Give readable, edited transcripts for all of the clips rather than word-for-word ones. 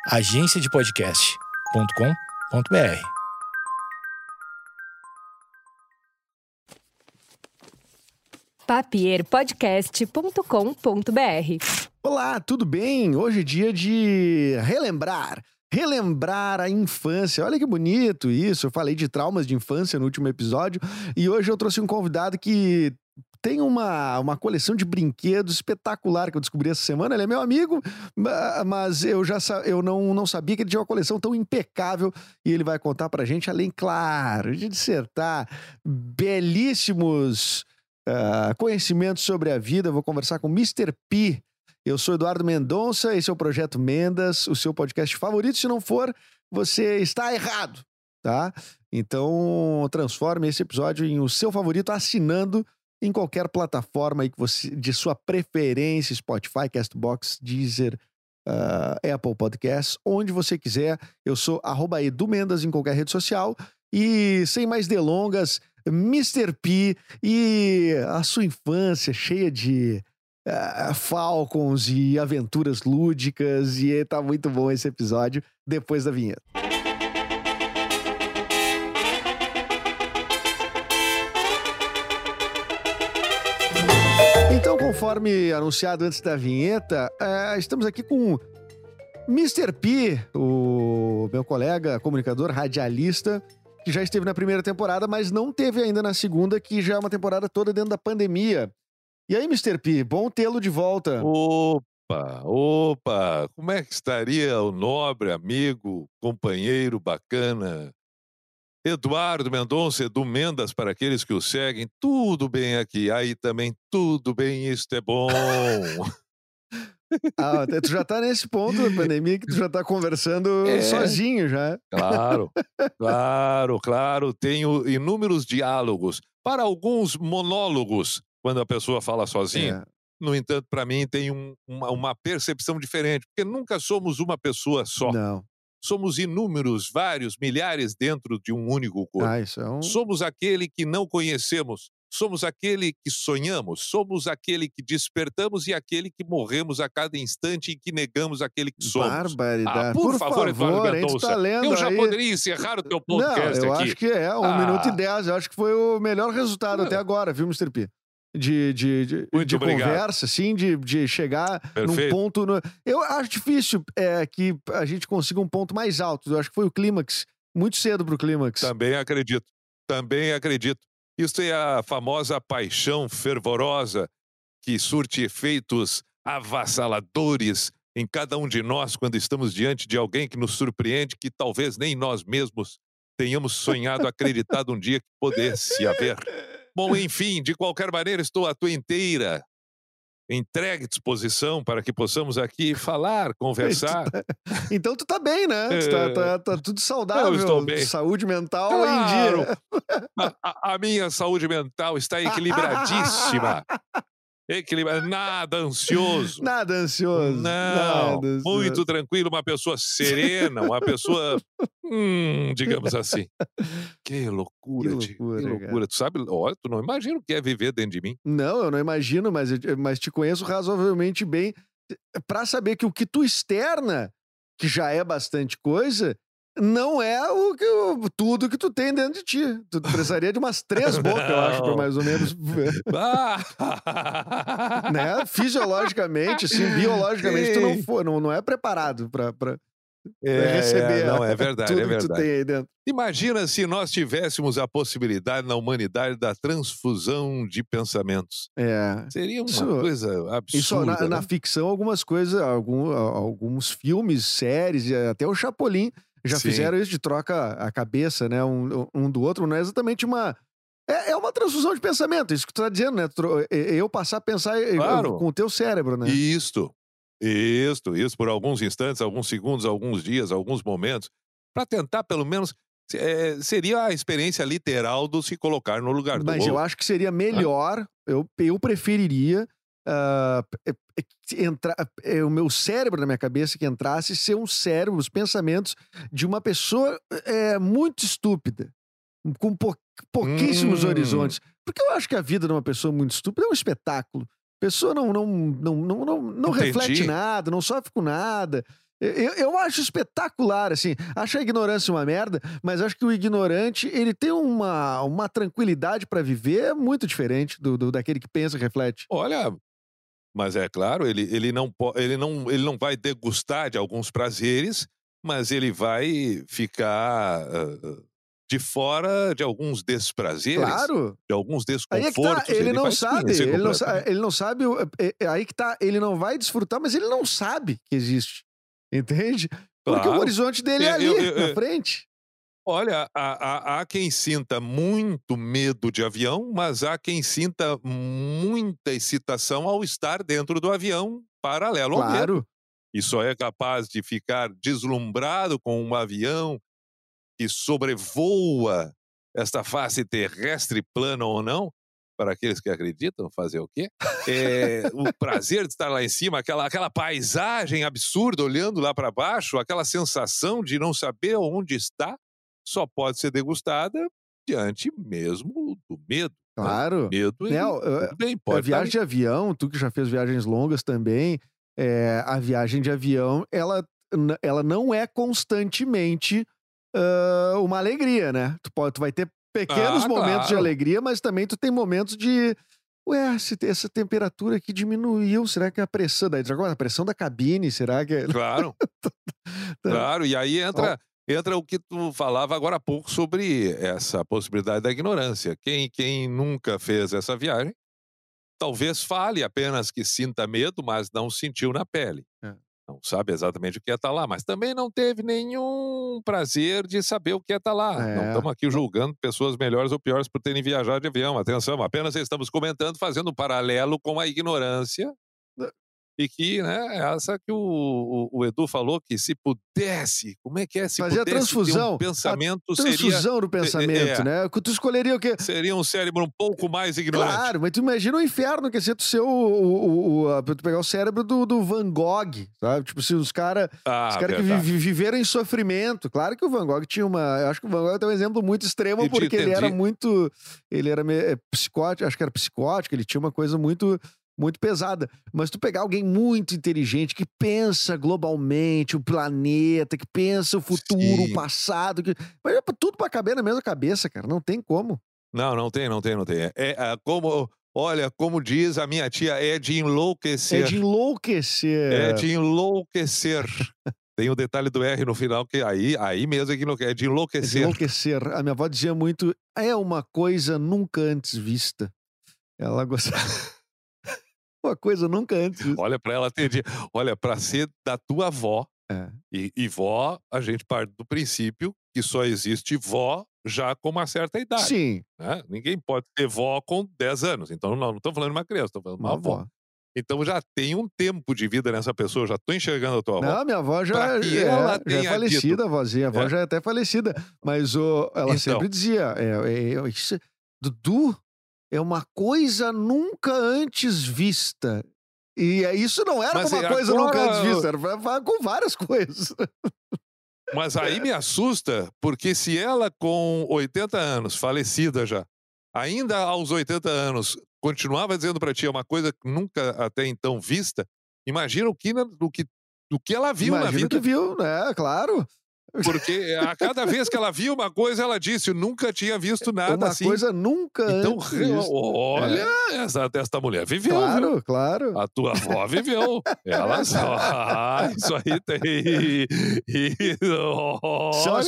agenciadepodcast.com.br. papierpodcast.com.br. Olá, tudo bem? Hoje é dia de relembrar a infância. Olha que bonito isso. Eu falei de traumas de infância no último episódio e hoje eu trouxe um convidado que tem uma coleção de brinquedos espetacular que eu descobri essa semana. Ele é meu amigo, mas eu não sabia que ele tinha uma coleção tão impecável e ele vai contar pra gente, além, claro, de dissertar belíssimos conhecimentos sobre a vida. Eu vou conversar com Mr. P. Eu sou Eduardo Mendonça, esse é o Projeto Mendas, o seu podcast favorito. Se não for, você está errado, tá? Então, transforme esse episódio em o seu favorito assinando em qualquer plataforma aí que você, de sua preferência, Spotify, Castbox, Deezer, Apple Podcasts, onde você quiser. Eu sou @edumendas em qualquer rede social. E sem mais delongas, Mr. P e a sua infância cheia de Falcons e aventuras lúdicas, e tá muito bom esse episódio depois da vinheta. Então, conforme anunciado antes da vinheta, estamos aqui com Mr. P, o meu colega, comunicador, radialista, que já esteve na primeira temporada, mas não teve ainda na segunda, que já é uma temporada toda dentro da pandemia. E aí, Mr. P, bom tê-lo de volta. Opa, como é que estaria o nobre amigo, companheiro bacana Eduardo Mendonça, Edu Mendas, para aqueles que o seguem? Tudo bem aqui, aí também tudo bem, isto é bom. Tu já tá nesse ponto da pandemia que tu já tá conversando sozinho já. Claro, tenho inúmeros diálogos, para alguns monólogos, quando a pessoa fala sozinha. No entanto, para mim tem uma percepção diferente, porque nunca somos uma pessoa só. Não. Somos inúmeros, vários, milhares dentro de um único corpo. Isso é Somos aquele que não conhecemos, somos aquele que sonhamos, somos aquele que despertamos e aquele que morremos a cada instante e que negamos aquele que somos. Barbaridade. Por favor, Eduardo Mendonça, tá lendo eu já aí. poderia encerrar o teu podcast Não, eu aqui. acho que 1 minuto e 10. Eu acho que foi o melhor resultado até agora, viu, Mr. P? De conversa, assim, de chegar num ponto... Eu acho difícil que a gente consiga um ponto mais alto. Eu acho que foi o clímax, muito cedo pro clímax. Também acredito. Isso é a famosa paixão fervorosa que surte efeitos avassaladores em cada um de nós quando estamos diante de alguém que nos surpreende, que talvez nem nós mesmos tenhamos sonhado, acreditado um dia que pudesse haver. Bom, enfim, de qualquer maneira, estou à tua inteira entregue disposição para que possamos aqui falar, conversar. Então tu tá bem, né? Tá tudo saudável. Eu estou bem. Saúde mental Claro. em dia. A minha saúde mental está equilibradíssima. Nada ansioso. Nada ansioso. Não, muito tranquilo, uma pessoa serena, uma pessoa, digamos assim. Que loucura. Tu sabe, olha, tu não imagina o que é viver dentro de mim. Não, eu não imagino, mas te conheço razoavelmente bem pra saber que o que tu externa, que já é bastante coisa, não é tudo que tu tem dentro de ti. Tu precisaria de umas 3 bocas, eu acho, pra mais ou menos... né? Fisiologicamente, assim, biologicamente, tu não é preparado pra receber não, é verdade, tudo que tu tem aí dentro. Imagina se nós tivéssemos a possibilidade na humanidade da transfusão de pensamentos. Seria uma coisa absurda. Isso na ficção, algumas coisas, alguns filmes, séries, e até o Chapolin já fizeram isso, de troca a cabeça, né, um do outro. Não é exatamente uma... É uma transfusão de pensamento, isso que tu tá dizendo, né? Eu passar a pensar com o teu cérebro, né? Isso, por alguns instantes, alguns segundos, alguns dias, alguns momentos, para tentar, pelo menos, seria a experiência literal do se colocar no lugar do outro. Mas eu acho que seria melhor, eu preferiria o meu cérebro na minha cabeça que entrasse ser um cérebro, os pensamentos de uma pessoa muito estúpida, com pouquíssimos horizontes. Porque eu acho que a vida de uma pessoa muito estúpida é um espetáculo. A pessoa não reflete nada, não sofre com nada. Eu acho espetacular, assim. Acho a ignorância uma merda, mas acho que o ignorante, ele tem uma tranquilidade pra viver muito diferente daquele que pensa e reflete. Olha, mas é claro, ele não vai degustar de alguns prazeres, mas ele vai ficar de fora de alguns desprazeres, Claro. de alguns Aí é que tá, desconfortos. ele não vai sabe, desconhecer ele não, completamente. ele não sabe, aí que tá, ele não vai desfrutar, mas ele não sabe que existe, entende? Porque o Claro. horizonte dele é ali, na frente. Olha, há quem sinta muito medo de avião, mas há quem sinta muita excitação ao estar dentro do avião paralelo ao medo. Claro. E só é capaz de ficar deslumbrado com um avião que sobrevoa esta face terrestre, plana ou não, para aqueles que acreditam, fazer o quê? O prazer de estar lá em cima, aquela paisagem absurda olhando lá para baixo, aquela sensação de não saber onde está, só pode ser degustada diante mesmo do medo. Claro. Né? Medo, tudo bem, A pode estar viagem de avião, tu que já fez viagens longas também, a viagem de avião, ela não é constantemente uma alegria, né? Tu vai ter pequenos momentos de claro. alegria, mas também tu tem momentos de... Ué, essa temperatura aqui diminuiu, será que é a pressão... Daí, a pressão da cabine, será que... Claro. Claro, e aí entra o que tu falava agora há pouco sobre essa possibilidade da ignorância. Quem nunca fez essa viagem, talvez fale apenas que sinta medo, mas não sentiu na pele. É. Não sabe exatamente o que é estar lá, mas também não teve nenhum prazer de saber o que é estar lá. Não estamos aqui julgando pessoas melhores ou piores por terem viajado de avião. Atenção, apenas estamos comentando, fazendo um paralelo com a ignorância. E que, né, essa que o Edu falou, que se pudesse, como é que é? Se Fazer a pudesse transfusão. ter um pensamento, A transfusão do pensamento, né? Tu escolheria o quê? Seria um cérebro um pouco mais ignorante. Claro, mas tu imagina o inferno que é ser tu ser tu pegar o cérebro do Van Gogh, sabe? Tipo, se os caras que viveram em sofrimento. Claro que o Van Gogh tinha eu acho que o Van Gogh tem um exemplo muito extremo, porque ele era muito... Ele era psicótico, acho que era psicótico, ele tinha uma coisa muito pesada. Mas tu pegar alguém muito inteligente, que pensa globalmente, o planeta, que pensa o futuro, o passado, mas é tudo pra caber na mesma cabeça, cara. Não tem como. Não tem. Como diz a minha tia, é de enlouquecer. É de enlouquecer. É de enlouquecer. Tem o detalhe do R no final, que aí mesmo é de enlouquecer. É de enlouquecer. A minha avó dizia muito, é uma coisa nunca antes vista. Ela gostava... Uma coisa nunca antes vista. Olha, pra ela ter olha, pra ser da tua avó, e vó, a gente parte do princípio que só existe vó já com uma certa idade. Sim. Né? Ninguém pode ter vó com 10 anos. Então, não estamos falando de uma criança, estamos falando de uma avó. Então, já tem um tempo de vida nessa pessoa, já estou encergando a tua avó. Não, minha avó já é falecida, a vozinha. A avó já é até falecida. Mas ela sempre dizia, Dudu, é uma coisa nunca antes vista. E isso não era uma coisa nunca antes vista, era com várias coisas. Mas aí me assusta, porque se ela com 80 anos, falecida já, ainda aos 80 anos, continuava dizendo pra ti uma coisa nunca até então vista, imagina o que ela viu na vida. Imagina o que viu, né? Claro. Porque a cada vez que ela viu uma coisa, ela disse, eu nunca tinha visto nada assim. Uma coisa nunca antes vista. Olha, esta mulher viveu, viu? Claro. A tua avó viveu. Ela só... isso aí tem... São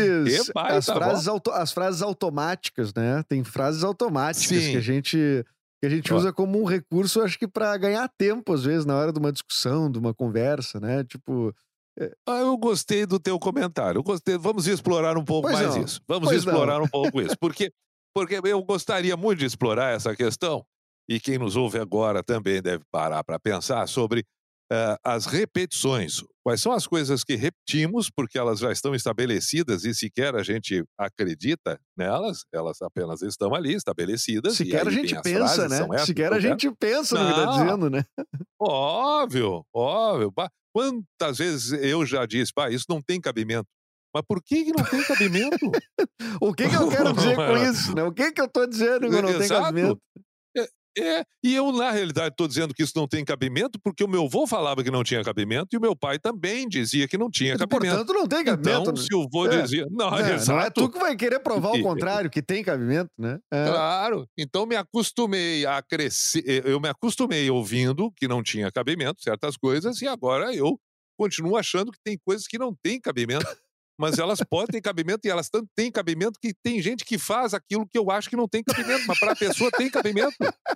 as frases automáticas, né? Tem frases automáticas que a gente usa como um recurso, acho que pra ganhar tempo, às vezes, na hora de uma discussão, de uma conversa, né? Tipo... eu gostei do teu comentário. Vamos explorar um pouco mais isso. Vamos explorar um pouco isso. Porque eu gostaria muito de explorar essa questão, e quem nos ouve agora também deve parar para pensar sobre as repetições. Quais são as coisas que repetimos, porque elas já estão estabelecidas e sequer a gente acredita nelas, elas apenas estão ali estabelecidas. Sequer a gente pensa, né? Sequer a gente pensa no que está dizendo, né? Óbvio. Quantas vezes eu já disse, isso não tem cabimento. Mas por que não tem cabimento? O que eu quero dizer com isso, né? O que eu tô dizendo que não tem cabimento? E eu, na realidade, estou dizendo que isso não tem cabimento, porque o meu avô falava que não tinha cabimento e o meu pai também dizia que não tinha cabimento. Portanto, não tem cabimento. Então, se o vô É. dizia... Não, Não é exato. tu que vai querer provar o contrário, que tem cabimento, né? Claro. Então, me acostumei a crescer... Eu me acostumei ouvindo que não tinha cabimento, certas coisas, e agora eu continuo achando que tem coisas que não têm cabimento. Mas elas podem ter cabimento e elas tanto têm cabimento que tem gente que faz aquilo que eu acho que não tem cabimento, mas para a pessoa tem cabimento.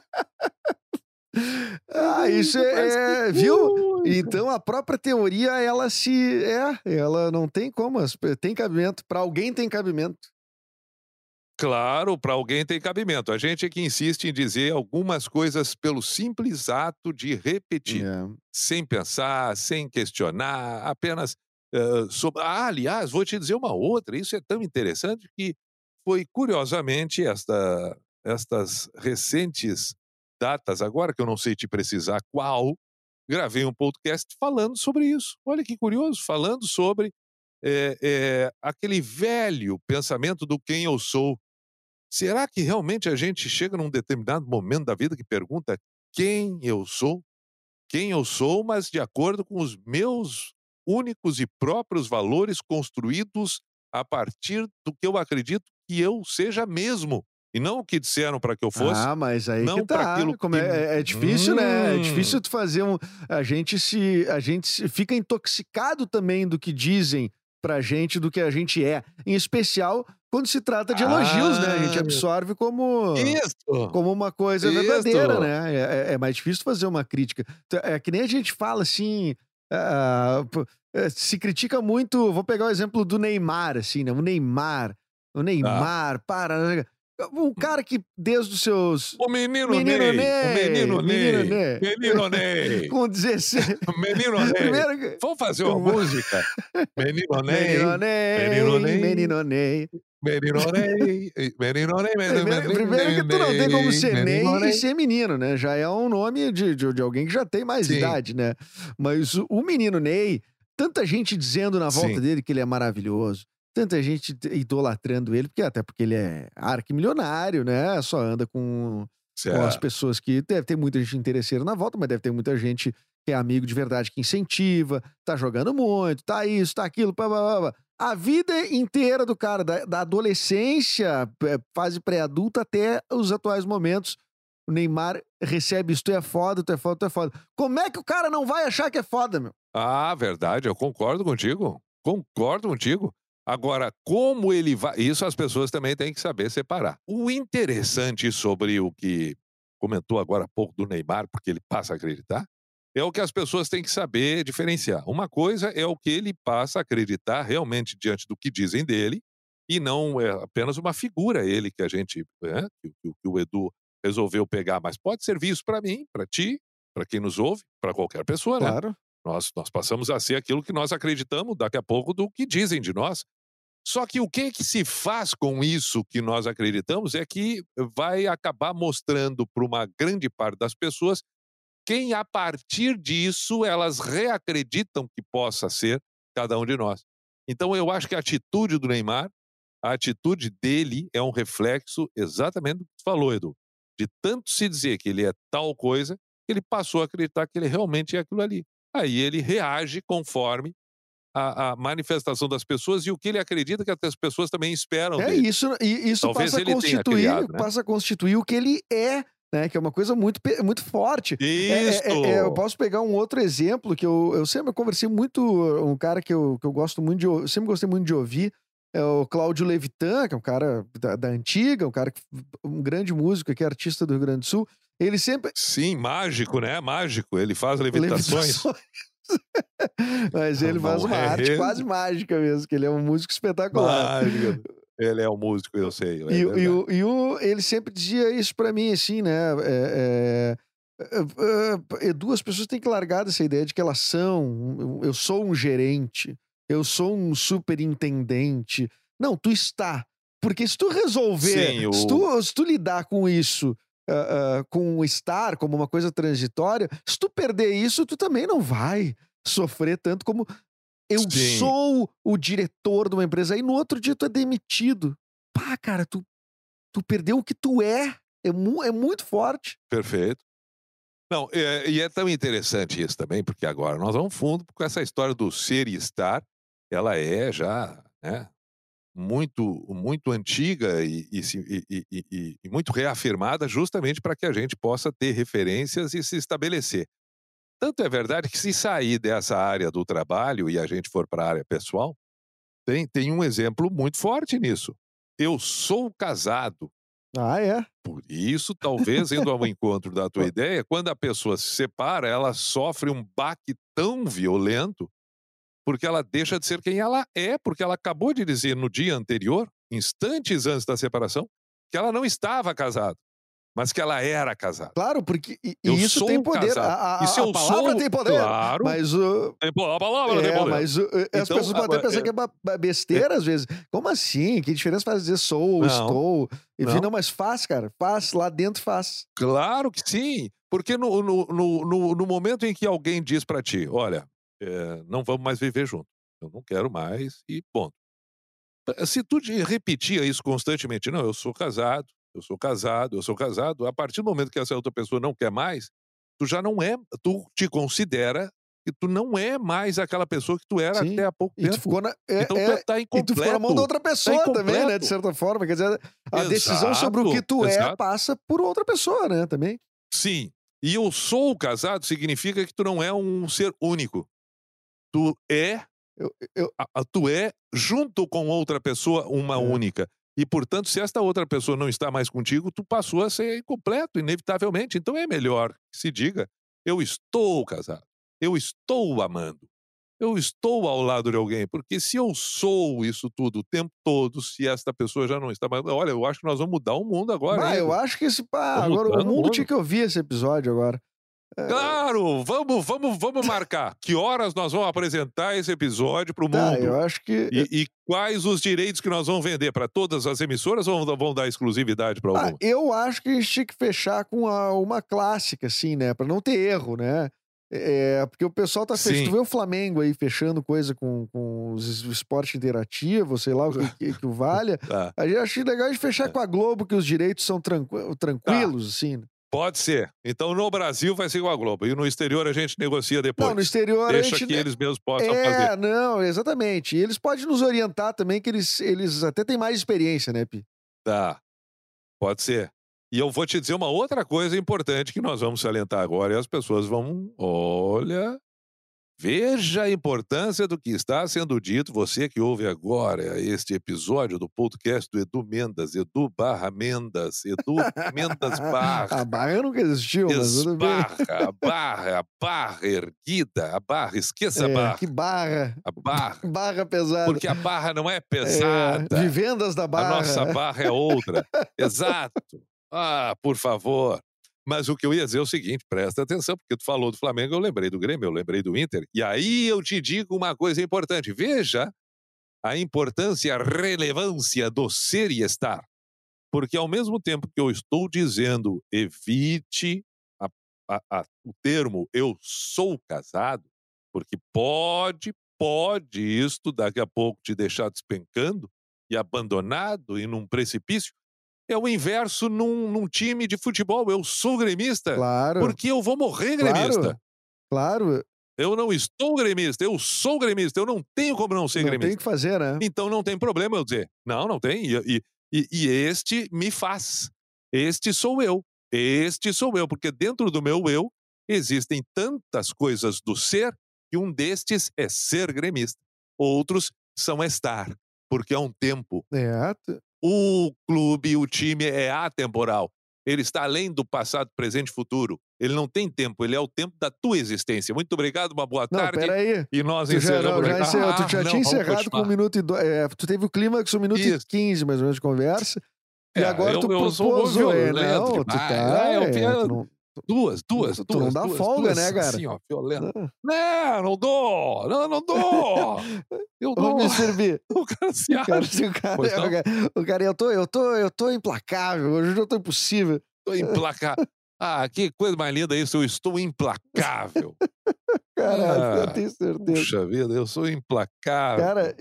Isso viu? Então a própria teoria, ela não tem como, tem cabimento, para alguém tem cabimento. Claro, para alguém tem cabimento. A gente é que insiste em dizer algumas coisas pelo simples ato de repetir, sem pensar, sem questionar, apenas sobre... aliás, vou te dizer uma outra, isso é tão interessante que foi, curiosamente, estas recentes datas, agora que eu não sei te precisar qual, gravei um podcast falando sobre isso. Olha que curioso, falando sobre aquele velho pensamento do quem eu sou. Será que realmente a gente chega num determinado momento da vida que pergunta quem eu sou? Quem eu sou, mas de acordo com os meus únicos e próprios valores construídos a partir do que eu acredito que eu seja mesmo. E não o que disseram para que eu fosse. Mas aí não que tá. aquilo Como que... é difícil, né? É difícil tu fazer a gente fica intoxicado também do que dizem pra gente, do que a gente é. Em especial quando se trata de elogios, né? A gente absorve como uma coisa verdadeira, né? É mais difícil fazer uma crítica. É que nem a gente fala assim... se critica muito... Vou pegar o exemplo do Neymar, assim, né? O Neymar, para... Um cara que desde os seus... O menino Ney. Com 16... Menino Ney. Primeiro... Vamos fazer uma música? Menino Ney. Primeiro que tu não tem como ser Ney e ser menino, né? Já é um nome de alguém que já tem mais idade, né? Mas o menino Ney, tanta gente dizendo na volta dele que ele é maravilhoso, tanta gente idolatrando ele, até porque ele é arquimilionário, né? Só anda com as pessoas que... Deve ter muita gente interesseira na volta, mas deve ter muita gente que é amigo de verdade, que incentiva, tá jogando muito, tá isso, tá aquilo, A vida inteira do cara, da adolescência, fase pré-adulta, até os atuais momentos, o Neymar recebe isso, tu é foda, tu é foda, tu é foda. Como é que o cara não vai achar que é foda, meu? Verdade, eu concordo contigo. Agora, como ele vai... Isso as pessoas também têm que saber separar. O interessante sobre o que comentou agora há pouco do Neymar, porque ele passa a acreditar, é o que as pessoas têm que saber diferenciar. Uma coisa é o que ele passa a acreditar realmente diante do que dizem dele, e não é apenas uma figura ele que a gente... que o Edu resolveu pegar, mas pode servir isso para mim, para ti, para quem nos ouve, para qualquer pessoa, claro, né? Nós passamos a ser aquilo que nós acreditamos daqui a pouco do que dizem de nós. Só que o que se faz com isso que nós acreditamos é que vai acabar mostrando para uma grande parte das pessoas quem, a partir disso, elas reacreditam que possa ser cada um de nós. Então, eu acho que a atitude do Neymar, a atitude dele é um reflexo exatamente do que você falou, Edu. De tanto se dizer que ele é tal coisa, que ele passou a acreditar que ele realmente é aquilo ali. Aí ele reage conforme a manifestação das pessoas e o que ele acredita que as pessoas também esperam dele. Isso Talvez passa ele tenha criado, né? passa a constituir o que ele é, né? Que é uma coisa muito, muito forte. Isso! Eu posso pegar um outro exemplo que eu sempre conversei muito, um cara que eu gosto muito eu sempre gostei muito de ouvir, é o Cláudio Levitan, que é um cara da antiga, um grande músico aqui, artista do Rio Grande do Sul. Ele sempre... Sim, mágico, né? Mágico. Ele faz levitações. Mas ele faz uma arte quase mágica mesmo, que ele é um músico espetacular. Mágica. Ele é um músico, eu sei. Ele sempre dizia isso pra mim, assim, né? Duas pessoas têm que largar dessa ideia de que elas são... Eu sou um gerente, eu sou um superintendente. Não, tu está. Porque se tu resolver, se tu lidar com isso... com o estar como uma coisa transitória, se tu perder isso, tu também não vai sofrer tanto como eu sou o diretor de uma empresa. Aí no outro dia tu é demitido. Cara, tu perdeu o que tu é. É muito forte. Perfeito. Não, e é tão interessante isso também, porque agora nós vamos fundo com essa história do ser e estar, ela é já, né, muito muito antiga e muito reafirmada justamente para que a gente possa ter referências e se estabelecer. Tanto é verdade que se sair dessa área do trabalho e a gente for para a área pessoal, tem um exemplo muito forte nisso. Eu sou casado. Ah, é? Por isso, talvez, indo ao encontro da tua ideia, quando a pessoa se separa, ela sofre um baque tão violento, porque ela deixa de ser quem ela é, porque ela acabou de dizer no dia anterior, instantes antes da separação, que ela não estava casada, mas que ela era casada. Claro, porque Eu isso tem sou poder. casado. E se A eu palavra sou, tem poder, claro, mas a palavra tem poder. mas as Então, pessoas podem até pensar que é besteira às vezes. Como assim? Que diferença faz dizer sou ou Não, estou? Enfim, não. não, mas faz, cara. Faz, lá dentro faz. Claro que sim, porque no momento em que alguém diz para ti, olha, não vamos mais viver junto, eu não quero mais e ponto. Se tu repetia isso constantemente, não, eu sou casado, eu sou casado, eu sou casado, a partir do momento que essa outra pessoa não quer mais, tu já não é, tu te considera que tu não é mais aquela pessoa que tu era Sim. até há pouco E tu tempo. ficou na, Então tá e tu ficou na mão da outra pessoa também, né? De incompleto. certa forma. Quer dizer, a decisão sobre o que tu Exato. passa por outra pessoa, né? Também. Sim. E eu sou casado significa que tu não é um ser único. Tu é, Eu, tu é junto com outra pessoa uma única. E, portanto, se esta outra pessoa não está mais contigo, tu passou a ser incompleto, inevitavelmente. Então é melhor que se diga, eu estou casado, eu estou amando, eu estou ao lado de alguém. Porque se eu sou isso tudo o tempo todo, se esta pessoa já não está mais... Olha, eu acho que nós vamos mudar o mundo agora. eu acho que Vamos agora mudar o mundo tinha que ouvir esse episódio agora. Claro, vamos marcar. Que horas nós vamos apresentar esse episódio para o Tá, mundo? eu acho que... E quais os direitos que nós vamos vender? Para todas as emissoras ou vão dar exclusividade para alguma? Eu acho que a gente tinha que fechar com uma clássica, assim, né? Pra não ter erro, né? Porque o pessoal tá fechando. Sim. Tu vê o Flamengo aí fechando coisa com o esporte interativo, sei lá o que o valha. Tá. A gente acha legal a gente fechar com a Globo, que os direitos são tranquilos, assim. Né? Pode ser. Então no Brasil vai ser com a Globo. E no exterior a gente negocia depois. Não, no exterior Deixa a gente... que eles mesmos possam fazer. Não, exatamente. E eles podem nos orientar também, que eles até têm mais experiência, né, Pi? Tá. Pode ser. E eu vou te dizer uma outra coisa importante que nós vamos salientar agora e as pessoas vão... Olha... Veja a importância do que está sendo dito, você que ouve agora este episódio do podcast do Edu Mendas, Edu/Mendas, Edu Mendas barra. A barra nunca existiu, mas tudo bem. A barra erguida, a barra, esqueça a barra. Que barra. A barra. Barra pesada. Porque a barra não é pesada. Vivendas da barra. A nossa barra é outra. Exato. Por favor. Mas o que eu ia dizer é o seguinte, presta atenção, porque tu falou do Flamengo, eu lembrei do Grêmio, eu lembrei do Inter, e aí eu te digo uma coisa importante, veja a importância e a relevância do ser e estar, porque ao mesmo tempo que eu estou dizendo, evite o termo eu sou casado, porque pode isto daqui a pouco te deixar despencando e abandonado e num precipício. É o inverso num time de futebol. Eu sou gremista porque eu vou morrer gremista. Claro. Eu não estou gremista, eu sou gremista. Eu não tenho como não ser gremista. Não tem o que fazer, né? Então não tem problema eu dizer. Não tem. E este me faz. Este sou eu. Este sou eu. Porque dentro do meu eu existem tantas coisas do ser que um destes é ser gremista. Outros são estar. Porque há um tempo. O clube, o time é atemporal. Ele está além do passado, presente e futuro. Ele não tem tempo, ele é o tempo da tua existência. Muito obrigado, uma boa tarde. Não, peraí. E nós encerramos. Tu já tinha encerrado com 1 minuto e 2. Tu teve o clímax 1 minuto e 15, mais ou menos, de conversa. E agora tu propôs. Não, tu tá... Duas. Tu não dá folga, né, cara? Assim, ó, violento. Não dou. Não dou. Eu dou. Vamos me servir. O cara se acha. O cara, eu tô implacável. Hoje eu tô impossível. Tô implacável. Que coisa mais linda isso. Eu estou implacável. Caralho, eu tenho certeza. Puxa vida, eu sou implacável. Cara,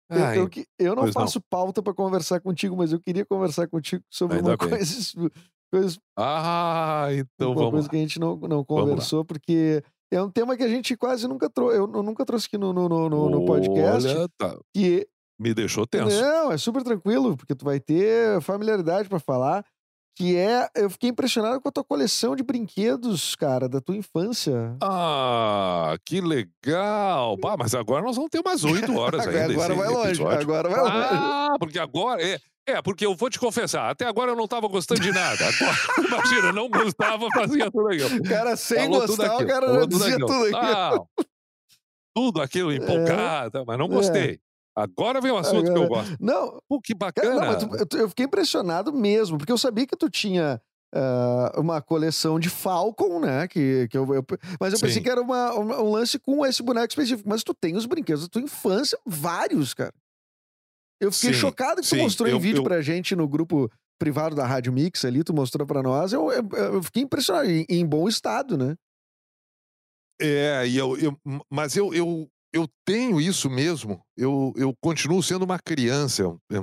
eu não faço pauta pra conversar contigo, mas eu queria conversar contigo sobre uma coisa coisas, Então uma vamos coisa lá, que a gente não vamos lá. conversou, porque é um tema que a gente quase nunca trouxe. Eu nunca trouxe aqui no podcast, Olha, tá, que me deixou tenso. não, é super tranquilo, porque tu vai ter familiaridade pra falar, que é eu fiquei impressionado com a tua coleção de brinquedos, cara, da tua infância. Que legal! Bah, mas agora nós vamos ter umas 8 horas ainda esse Agora vai longe, episódio. agora vai longe. Porque agora porque eu vou te confessar, até agora eu não estava gostando de nada. Agora, imagina, não gostava, fazia tudo aquilo. O cara sem Falou tudo gostar, o aquilo, cara já falou tudo dizia aquilo. tudo aquilo. Tudo aquilo É, empolgado, mas não é, gostei. Agora vem o assunto que eu agora gosto. não, Pô, que cara, não, mas bacana! eu fiquei impressionado mesmo, porque eu sabia que tu tinha, uma coleção de Falcon, né, mas eu pensei Sim, que era um lance com esse boneco específico, mas tu tem os brinquedos da tua infância, vários, cara. Eu fiquei sim, chocado que tu sim. mostrou em vídeo pra gente no grupo privado da Rádio Mix ali, tu mostrou pra nós, eu fiquei impressionado, em bom estado, né. Mas eu tenho isso mesmo. Eu continuo sendo uma criança.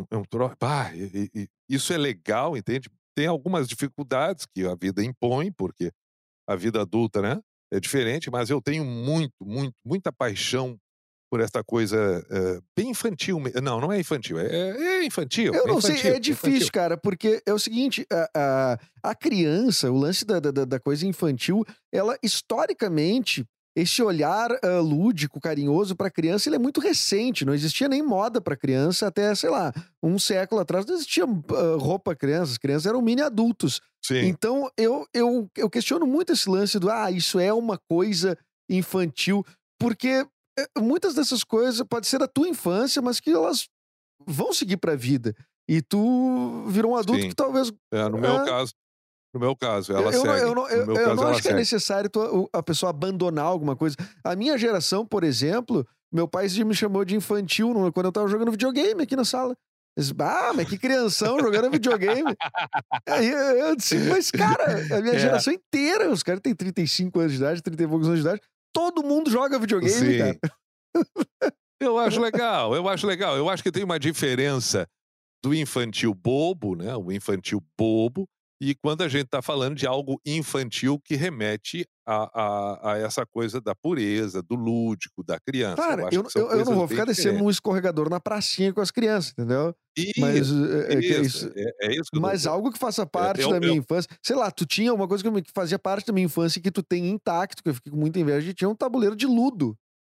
Isso é legal, entende? Tem algumas dificuldades que a vida impõe, porque a vida adulta, né, é diferente, mas eu tenho muita paixão por essa coisa, bem infantil não, não é infantil, é infantil, Eu é não sei, infantil, é é infantil. difícil, cara, porque é o seguinte, a criança, o lance da coisa infantil, ela historicamente, esse olhar, lúdico, carinhoso pra criança, ele é muito recente, não existia nem moda pra criança até, sei lá, um século atrás não existia, roupa pra criança, as crianças eram mini adultos. Sim, Então eu questiono muito esse lance do: "Ah, isso é uma coisa infantil", porque, muitas dessas coisas pode ser da tua infância, mas que elas vão seguir pra vida. E tu virou um adulto que sim. talvez é, No meu caso, elas seguem. No meu eu caso, não acho elas que é seguem. necessário a pessoa abandonar alguma coisa. A minha geração, por exemplo, meu pai me chamou de infantil quando eu estava jogando videogame aqui na sala. Ele disse: "Ah, mas que crianção jogando videogame". Aí eu disse: "Mas cara, a minha É, geração inteira, os caras têm 35 anos de idade, 30 e poucos anos de idade, todo mundo joga videogame, cara". sim. Eu acho legal, eu acho legal. Eu acho que tem uma diferença do infantil bobo, né, o infantil bobo, e quando a gente está falando de algo infantil que remete a essa coisa da pureza, do lúdico, da criança. Eu Cara, acho que são eu não coisas vou bem ficar descendo diferentes. num escorregador na pracinha com as crianças, entendeu? Mas, Isso, que é isso, isso, é isso que eu estou mas dizendo. algo que faça É parte eu da minha eu infância, sei lá, tu tinha uma coisa que fazia parte da minha infância e que tu tem intacto, que eu fiquei com muita inveja, de tinha um tabuleiro de ludo.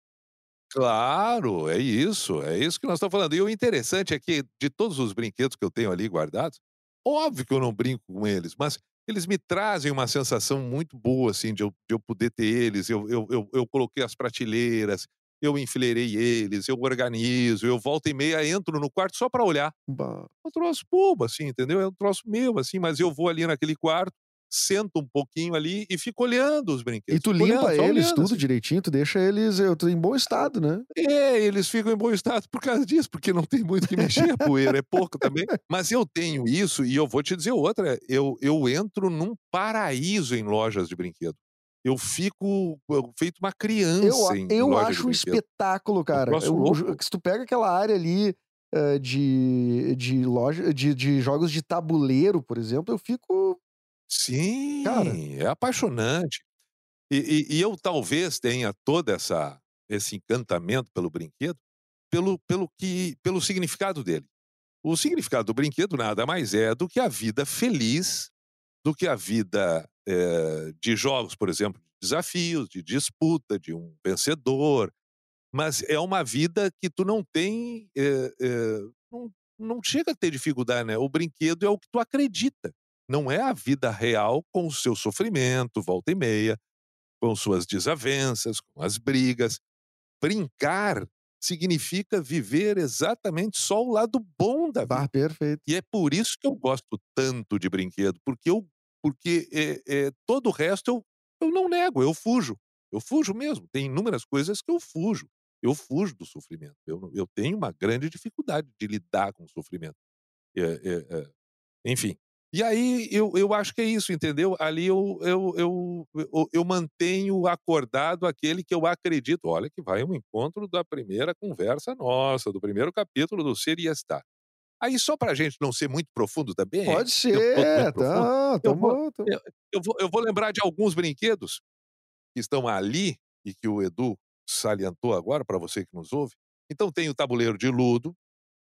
Claro, é isso que nós estamos falando. E o interessante é que de todos os brinquedos que eu tenho ali guardados, óbvio que eu não brinco com eles, mas eles me trazem uma sensação muito boa, assim, de eu poder ter eles. Eu coloquei as prateleiras, eu enfileirei eles, eu organizo, eu volta e meia entro no quarto só para olhar. Ba É um troço bobo, assim, entendeu? É um troço meu, assim, mas eu vou ali naquele quarto, sento um pouquinho ali e fico olhando os E brinquedos. tu Fico olhando, limpa só eles olhando, tudo assim. direitinho, tu deixa eles, em bom estado, né? Eles ficam em bom estado por causa disso, porque não tem muito que mexer, a poeira é pouco também. Mas eu tenho isso e eu vou te dizer outra, eu entro num paraíso em lojas de brinquedo. Eu fico feito uma criança em Eu loja de acho um brinquedo. espetáculo, É um cara. troço louco. Se tu pega aquela área ali, de loja de jogos de tabuleiro, por exemplo, eu fico cara, Sim, é apaixonante. E eu talvez tenha toda essa esse encantamento pelo brinquedo, pelo significado dele. O significado do brinquedo nada mais é do que a vida feliz, do que a vida, de jogos, por exemplo, de desafios, de disputa, de um vencedor, mas é uma vida que tu não tem, não chega a ter dificuldade, né, o brinquedo é o que tu acredita, não é a vida real com o seu sofrimento, volta e meia, com suas desavenças, com as brigas. Brincar significa viver exatamente só o lado bom da vida. perfeito. E é por isso que eu gosto tanto de brinquedo, porque, todo o resto eu não nego, eu fujo mesmo, tem inúmeras coisas que eu fujo do sofrimento, eu tenho uma grande dificuldade de lidar com o sofrimento, enfim. E aí eu acho que é isso, entendeu? Ali eu mantenho acordado aquele que eu acredito, olha que vai um encontro da primeira conversa nossa, do primeiro capítulo do Ser e Estar. Aí só pra gente não ser muito profundo também, Pode o tempo todo muito ser, profundo, tá, eu vou tamo eu vou lembrar de alguns brinquedos que estão ali e que o Edu salientou agora para você que nos ouve. Então tem o tabuleiro de ludo,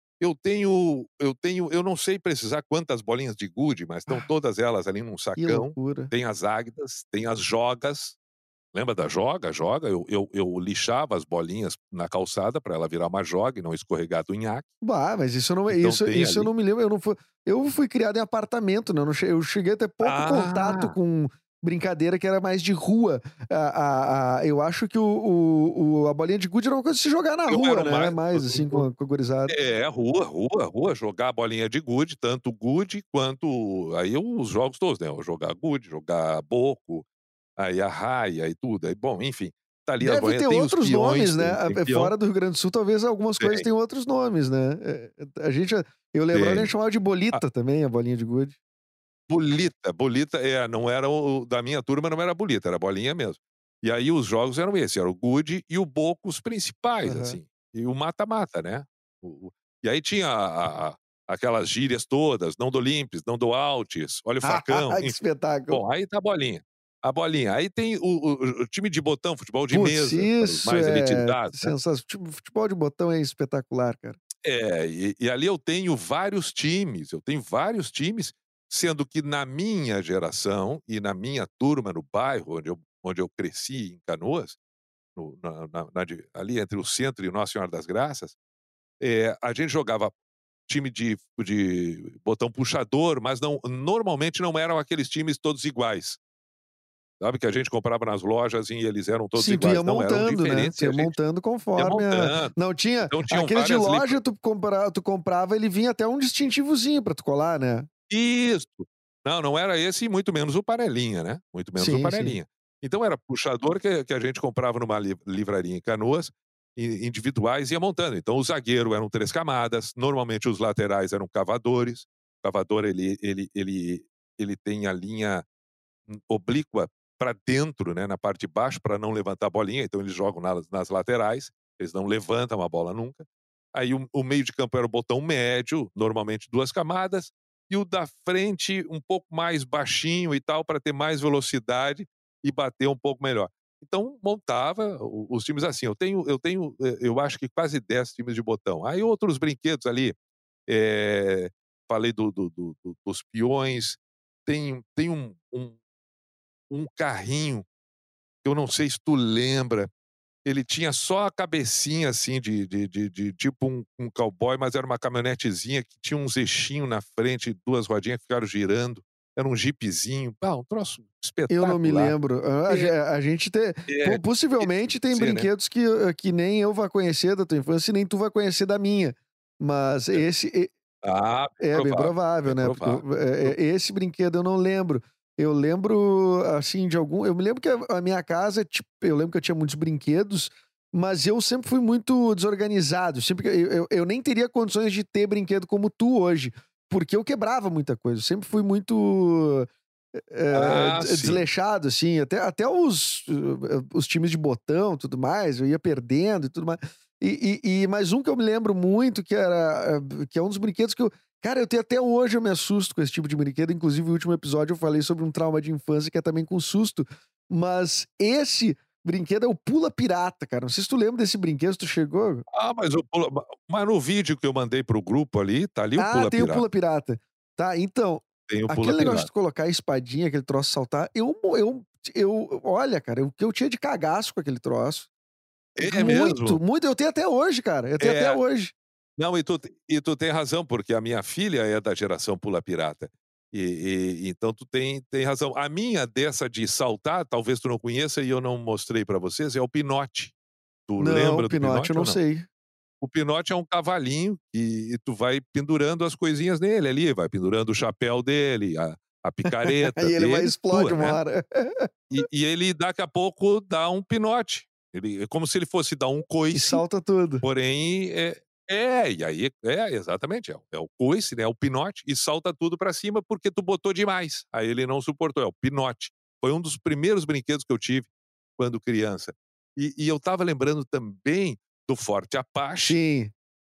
eu não sei precisar quantas bolinhas de gude, mas estão todas elas ali num que sacão. loucura. Tem as águidas, tem as jogas. Lembra da joga? Joga, eu lixava as bolinhas na calçada para ela virar uma joga e não escorregar do nhaque. Bah, mas isso não Então isso tem isso eu ali. não me lembro, eu fui criado em apartamento, né, eu cheguei a ter pouco contato Ah! com brincadeira que era mais de rua. Eu acho que a bolinha de gude era uma coisa de se jogar na Eu rua, era o né, mais mais assim com a gurizada. rua, jogar bolinha de gude, tanto gude quanto aí os jogos todos, né, jogar gude, jogar boco, aí a raia e tudo, aí bom, enfim, tá ali as Deve bolinhas, ter tem os outros peões, nomes, né, tem peão, fora do Rio Grande do Sul talvez algumas coisas tem, tenham outros nomes, né. A gente eu lembrava, a gente tem. chamava de A bolita também, a bolinha de gude. bolita, não era o da minha turma não era bolita, era bolinha mesmo. E aí os jogos eram esse, era o gude e o boco os principais, Aham. assim, e o mata-mata, né. O e aí tinha aquelas gírias todas, não dou limpes, não dou outs, olha o facão, Que enfim. espetáculo. Bom, aí tá a bolinha. Aí tem o time de botão, futebol de Putz, mesa, para os isso mais é elitizados, né. futebol de botão é espetacular, cara. É, e ali eu tenho vários times, sendo que na minha geração e na minha turma no bairro onde eu cresci em Canoas, no na di ali entre o centro e Nossa Senhora das Graças, a gente jogava time de botão puxador, mas normalmente não eram aqueles times todos iguais. Sabe, que a gente comprava nas lojas e eles eram todos Sim, tu ia iguais. Não, eram montando, né, diferentes tu e a ia gente montando ia conforme montando. não tinha Então tinham aqueles de várias loja tu comprava, ele vinha até um distintivozinho pra tu colar, né. Isso. Não, não era esse e muito menos o panelinha, né, muito menos o Sim, sim. panelinha. Então era puxador que a gente comprava numa livraria em Canoas, individuais, e ia montando. Então o zagueiro eram 3 camadas, normalmente os laterais eram cavadores. O cavador ele tem a linha oblíqua para dentro, né, na parte de baixo, para não levantar a bolinha, então eles jogam nas laterais, eles não levantam a bola nunca. Aí o meio de campo era o botão médio, normalmente 2 camadas, e o da frente um pouco mais baixinho e tal, para ter mais velocidade e bater um pouco melhor. Então montava os times assim. Eu acho que quase 10 times de botão. Aí outros brinquedos ali, falei dos peões, tem um carrinho, eu não sei se tu lembra, ele tinha só a cabecinha, assim, de tipo um cowboy, mas era uma caminhonetezinha que tinha uns eixinhos na frente, 2 rodinhas que ficaram girando, era um jipezinho, um troço Eu não me espetacular. lembro. É, A gente tem possivelmente tem você, né. brinquedos que nem eu vou conhecer da tua infância e nem tu vai conhecer da minha. Mas esse Bem é bem provável, provável, bem né, porque provável, bem provável. esse brinquedo eu não lembro. Eu lembro, assim, eu me lembro que a minha casa, tipo, eu lembro que eu tinha muitos brinquedos, mas eu sempre fui muito desorganizado, sempre que eu nem teria condições de ter brinquedo como tu hoje, porque eu quebrava muita coisa, eu sempre fui muito, Sim. desleixado, assim, até os times de botão, tudo mais, eu ia perdendo e tudo mais. Mas um que eu me lembro muito que é um dos brinquedos que cara, eu tenho até hoje eu me assusto com esse tipo de brinquedo, inclusive no último episódio eu falei sobre um trauma de infância que é também com susto, mas esse brinquedo é o pula pirata, cara, não sei se tu lembra desse brinquedo, se tu chegou. Mas o pula mas no vídeo que eu mandei para o grupo ali, tá ali o Ah, pula tem o pirata, pula pirata. Tá, então, tem o pula aquele negócio de pirata. tu colocar a espadinha, aquele troço saltar, eu olha, cara, o que eu tinha de cagaço com aquele troço. É Muito, mesmo? muito, eu tenho até hoje, cara, eu tenho até É. hoje. Não, e tu tem razão, porque a minha filha é da geração pula pirata. Então tu tem razão. A minha dessa de saltar, talvez tu não conheça e eu não mostrei pra vocês, é o pinote. Tu Não, lembra do pinote eu pinote não ou não? sei. O pinote é um cavalinho e tu vai pendurando as coisinhas nele ali, vai pendurando o chapéu dele, a picareta Aí ele vai dele, explode tua, uma né. hora. E ele daqui a pouco dá um pinote. Ele é como se ele fosse dar um E coice. salta tudo. Porém, e aí exatamente, é o coice, né, é o pinote, e salta tudo pra cima porque tu botou demais. Aí ele não suportou, é o pinote. Foi um dos primeiros brinquedos que eu tive quando criança. E eu estava lembrando também do Forte Apache, Sim.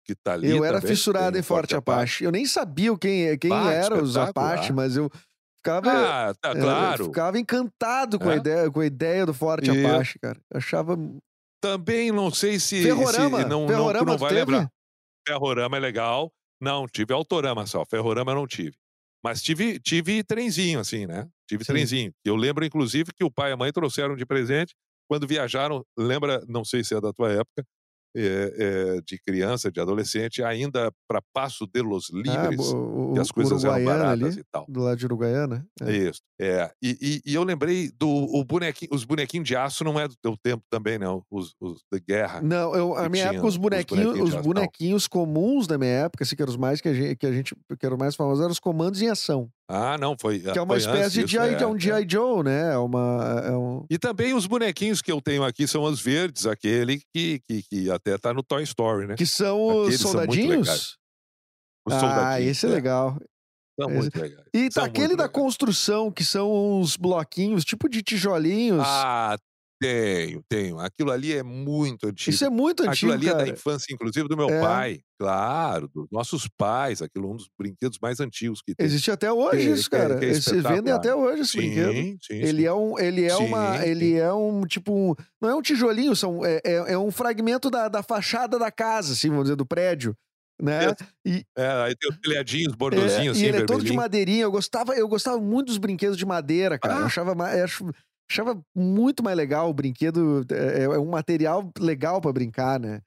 que tá ali Eu era também, fissurado tem em o Forte Forte Apache. Eu nem sabia quem eram os Apache, espetacular. mas eu ficava, Tá claro. ficava encantado É. com a ideia do Forte E Apache, cara. Eu achava... também não sei se Ferrorama, não tu Ferrorama não tu vai teve? lembrar. Ferrorama é legal. Não, tive Autorama só, Ferrorama eu não tive. Mas tive trenzinho, assim, né, tive Sim. trenzinho. Eu lembro inclusive que o pai e a mãe trouxeram de presente quando viajaram, lembra, não sei se é da tua época, de criança, de adolescente, ainda para Passo de los Ah, Libres, que o as coisas eram Uruguaiana baratas ali, e tal. do lado de Uruguaiana. É. Isso, é. E eu lembrei os bonequinhos de aço não é do teu tempo também, não, os de guerra Não, a que minha época, tinham os bonequinhos os de aço, não. bonequinhos comuns da minha época, assim, que eram os mais que eram mais famosos, eram os comandos em ação. Ah, não, Que é uma foi antes espécie de disso, um G.I. Joe, né? É um... E também os bonequinhos que eu tenho aqui são os verdes, aquele que até tá no Toy Story, né. Que são os Aqueles são muito legais. soldadinhos? Os Ah, soldadinhos, esse é legal. são muito legais, E tá são aquele muito da legais. construção, que são uns bloquinhos, tipo de tijolinhos. Ah, tenho. Aquilo ali é muito Isso é antigo. muito Aquilo antigo, ali é da cara. infância, inclusive, do meu É. pai. Claro, dos nossos pais, aquilo é um dos brinquedos mais antigos que tem. Existe até hoje isso, cara. Que é Eles vendem espetacular. até hoje esse brinquedo. Sim, sim, Ele sim. é Sim, sim. ele é um tipo, não é um tijolinho, é um fragmento da fachada da casa, assim, vamos dizer, do prédio, né? Isso. Aí tem os telhadinhos, É, bordozinho e assim, ele é todo de vermelhinho. madeirinha. Eu gostava muito dos brinquedos de madeira, cara. Eu Ah, achava muito mais legal o brinquedo. É um material legal pra brincar, né?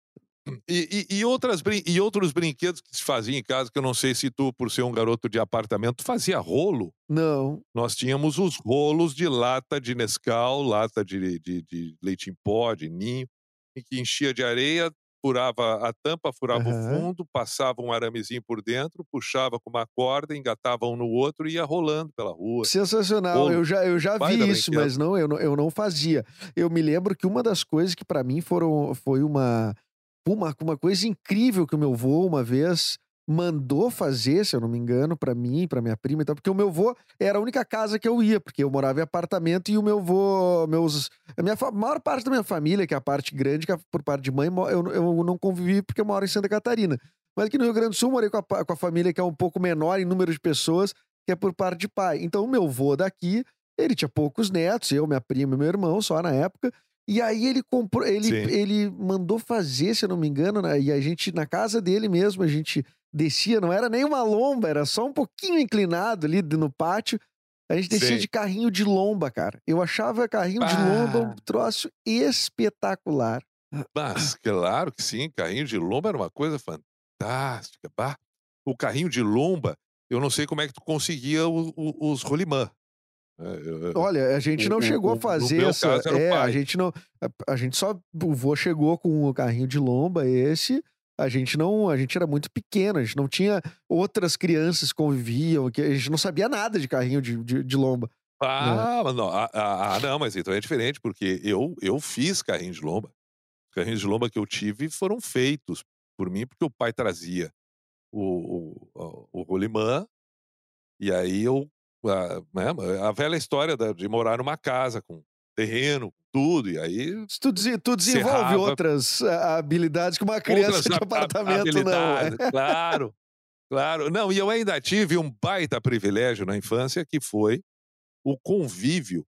e outros brinquedos que se faziam em casa, que eu não sei se tu, por ser um garoto de apartamento, fazia rolo. Não. Nós tínhamos os rolos de lata de Nescau, lata de leite em pó, de ninho, em que enchia de areia, furava a tampa, furava o Aham. fundo, passava um aramezinho por dentro, puxava com uma corda, engatava um no outro e ia rolando pela rua. Sensacional. Rolo, Eu já baita vi isso, brinquedo. mas não, eu não fazia. Eu me lembro que uma das coisas que pra mim foi uma coisa incrível que o meu vô uma vez mandou fazer, se eu não me engano, pra mim, pra minha prima e tal, porque o meu vô era a única casa que eu ia, porque eu morava em apartamento e o meu vô, maior parte da minha família, que é a parte grande, que é por parte de mãe, eu não convivi porque eu moro em Santa Catarina. Mas aqui no Rio Grande do Sul, eu morei com a família que é um pouco menor em número de pessoas, que é por parte de pai. Então, o meu vô daqui, ele tinha poucos netos, eu, minha prima e meu irmão, só na época. E aí ele comprou, Sim, ele mandou fazer, se eu não me engano, né? E a gente, na casa dele mesmo, a gente descia, não era nem uma lomba, era só um pouquinho inclinado ali no pátio. A gente descia sim. de carrinho de lomba, cara. Eu achava carrinho de lomba um Ah, troço espetacular. mas claro que sim, carrinho de lomba era uma coisa fantástica. Bah, o carrinho de lomba, eu não sei como é que tu conseguia os rolimã. Olha, a gente não chegou a No fazer meu essa. caso era o A pai. gente não. A gente só. O vô chegou com o carrinho de lomba, esse. A gente não. A gente era muito pequeno, a gente não tinha outras crianças que conviviam, que a gente não sabia nada de carrinho de lomba, né? Mas não, não, mas então é diferente, porque eu fiz carrinho de lomba. Os carrinhos de lomba que eu tive foram feitos por mim, porque o pai trazia o rolimã, e aí né, a velha história de morar numa casa com terreno, tudo, e aí Se tu desenvolve serrava outras habilidades que uma criança outras de apartamento não. habilidades, claro, claro. Não, e eu ainda tive um baita privilégio na infância, que foi o convívio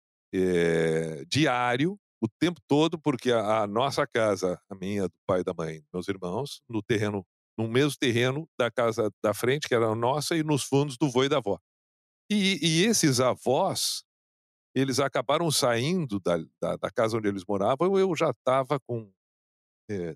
diário, o tempo todo, porque a nossa casa, a minha, do pai e da mãe, meus irmãos, no mesmo terreno da casa da frente, que era a nossa, e nos fundos do vô e da avó. E esses avós, eles acabaram saindo da casa onde eles moravam, eu já estava com eh,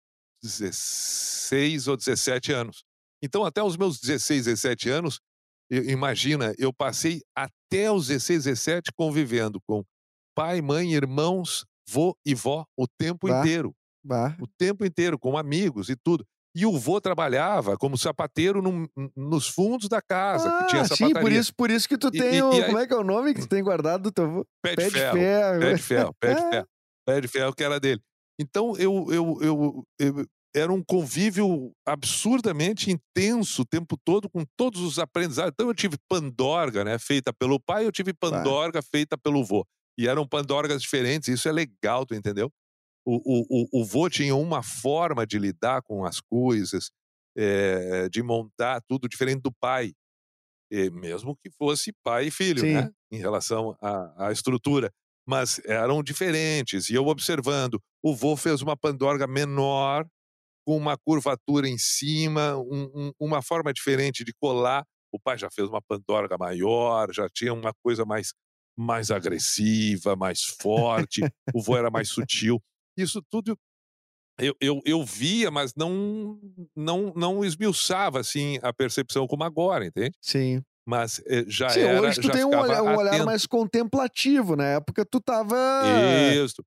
16 ou 17 anos. Então, até os meus 16, 17 anos, imagina, eu passei até os 16, 17 convivendo com pai, mãe, irmãos, vô e vó o tempo Bah, inteiro. bah. O tempo inteiro, com amigos e tudo. E o vô trabalhava como sapateiro nos fundos da casa, que tinha Ah, sim, sapataria. por isso que tu tem E o. aí, Como é que é o nome que tu tem guardado do teu avô? pé de Pé de ferro, ferro. pé de ferro, pé de ferro, pé de ferro que era dele. Então eu era um convívio absurdamente intenso o tempo todo com todos os aprendizados. Então eu tive pandorga, né, feita pelo pai, eu tive Bah. pandorga feita pelo vô. E eram pandorgas diferentes, isso é legal, tu entendeu? O vô tinha uma forma de lidar com as coisas, de montar tudo diferente do pai, mesmo que fosse pai e filho, Sim. né, em relação à estrutura, mas eram diferentes. E eu observando, o vô fez uma pandorga menor, com uma curvatura em cima, uma forma diferente de colar. O pai já fez uma pandorga maior, já tinha uma coisa mais agressiva, mais forte. O vô era mais sutil. Isso tudo eu via, mas não esmiuçava, assim, a percepção como agora, entende? Sim. Mas, Sim, hoje tu já tem ficava um olhar atento. mais contemplativo, na época tu estava, Isso.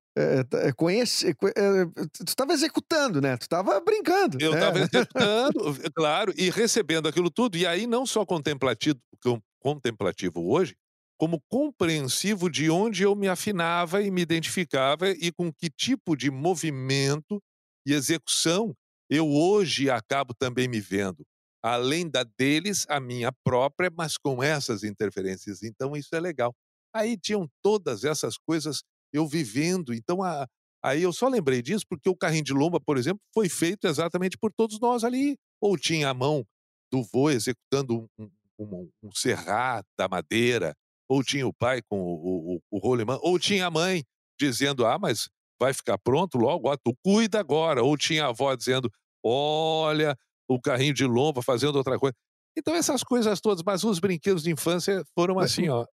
tu estava executando, né, tu estava brincando, Eu né. estava executando, claro, e recebendo aquilo tudo, e aí não só contemplativo hoje, como compreensivo de onde eu me afinava e me identificava e com que tipo de movimento e execução eu hoje acabo também me vendo. Além da deles, a minha própria, mas com essas interferências. Então isso é legal. Aí tinham todas essas coisas eu vivendo, então aí eu só lembrei disso porque o carrinho de lomba, por exemplo, foi feito exatamente por todos nós ali. Ou tinha a mão do vô executando um serrar da madeira, ou tinha o pai com o rolimã, ou tinha a mãe dizendo: "Ah, mas vai ficar pronto logo, ó, tu cuida agora", ou tinha a avó dizendo: "Olha, o carrinho de lomba fazendo outra coisa". Então essas coisas todas, mas os brinquedos de infância foram assim, ó,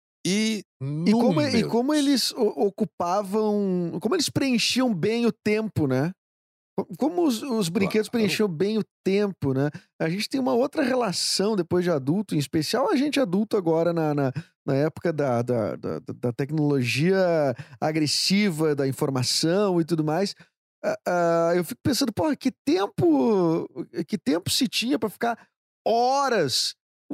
E como inúmeros. eles ocupavam, como eles preenchiam bem o tempo, né. Como os brinquedos Claro. preenchiam bem o tempo, né. A gente tem uma outra relação depois de adulto, em especial a gente adulto agora na época da tecnologia agressiva, da informação e tudo mais. Eu fico pensando: "Porra, que tempo se tinha pra ficar horas,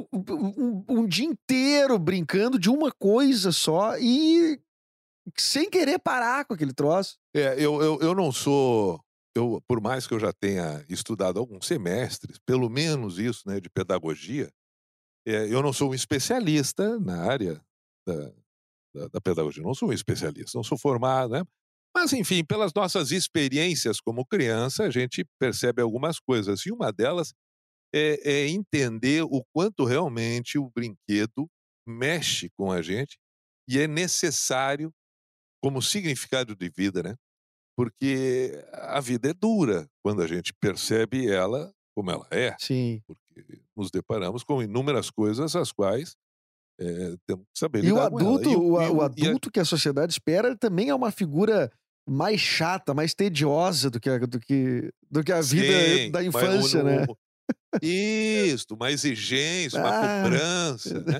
um dia inteiro brincando de uma coisa só e sem querer parar com aquele troço". Eu não sou por mais que eu já tenha estudado alguns semestres, pelo menos isso, né, de pedagogia, eu não sou um especialista na área da da pedagogia, não sou um especialista, não sou formado, né, mas enfim, pelas nossas experiências como criança, a gente percebe algumas coisas, e uma delas é entender o quanto realmente o brinquedo mexe com a gente, e é necessário como significado de vida, né. Porque a vida é dura quando a gente percebe ela como ela é, Sim. porque nos deparamos com inúmeras coisas as quais, temos que saber E o lidar com ela. adulto E o o e a o o e a adulto que a sociedade espera também é uma figura mais chata, mais tediosa do que a vida sim, da mas o infância, né. no isso, uma exigência, uma Ah, cobrança, né.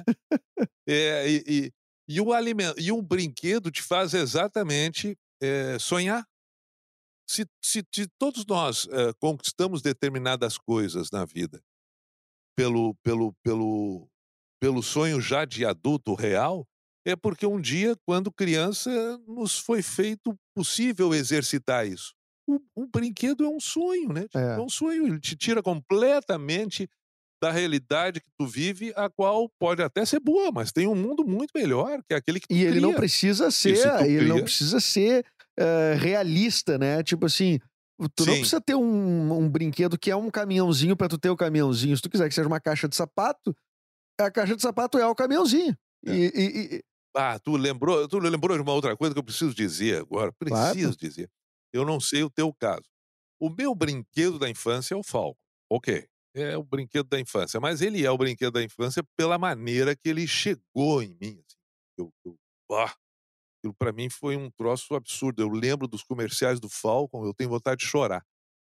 E o brinquedo te faz exatamente, sonhar. Se todos nós, conquistamos determinadas coisas na vida pelo pelo pelo pelo sonho já de adulto real, é porque um dia, quando criança, nos foi feito possível exercitar isso. Um brinquedo é um sonho, né, é é. um sonho, ele te tira completamente da realidade que tu vive, a qual pode até ser boa, mas tem um mundo muito melhor, que é aquele que tu E ele não cria. precisa E ser se tu ele não cria precisa ser, realista, né, tipo assim, tu não sim, precisa ter um brinquedo que é um caminhãozinho pra tu ter o caminhãozinho, se tu quiser que seja uma caixa de sapato, a caixa de sapato é o caminhãozinho. é. Ah, tu lembrou de uma outra coisa que eu preciso dizer agora, Claro. preciso dizer. Eu não sei o teu caso. O meu brinquedo da infância é o Falcon, ok, é o brinquedo da infância, mas ele é o brinquedo da infância pela maneira que ele chegou em mim, assim, ah, aquilo pra mim foi um troço absurdo, eu lembro dos comerciais do Falcon, eu tenho vontade de chorar.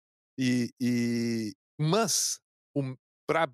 Mas, pra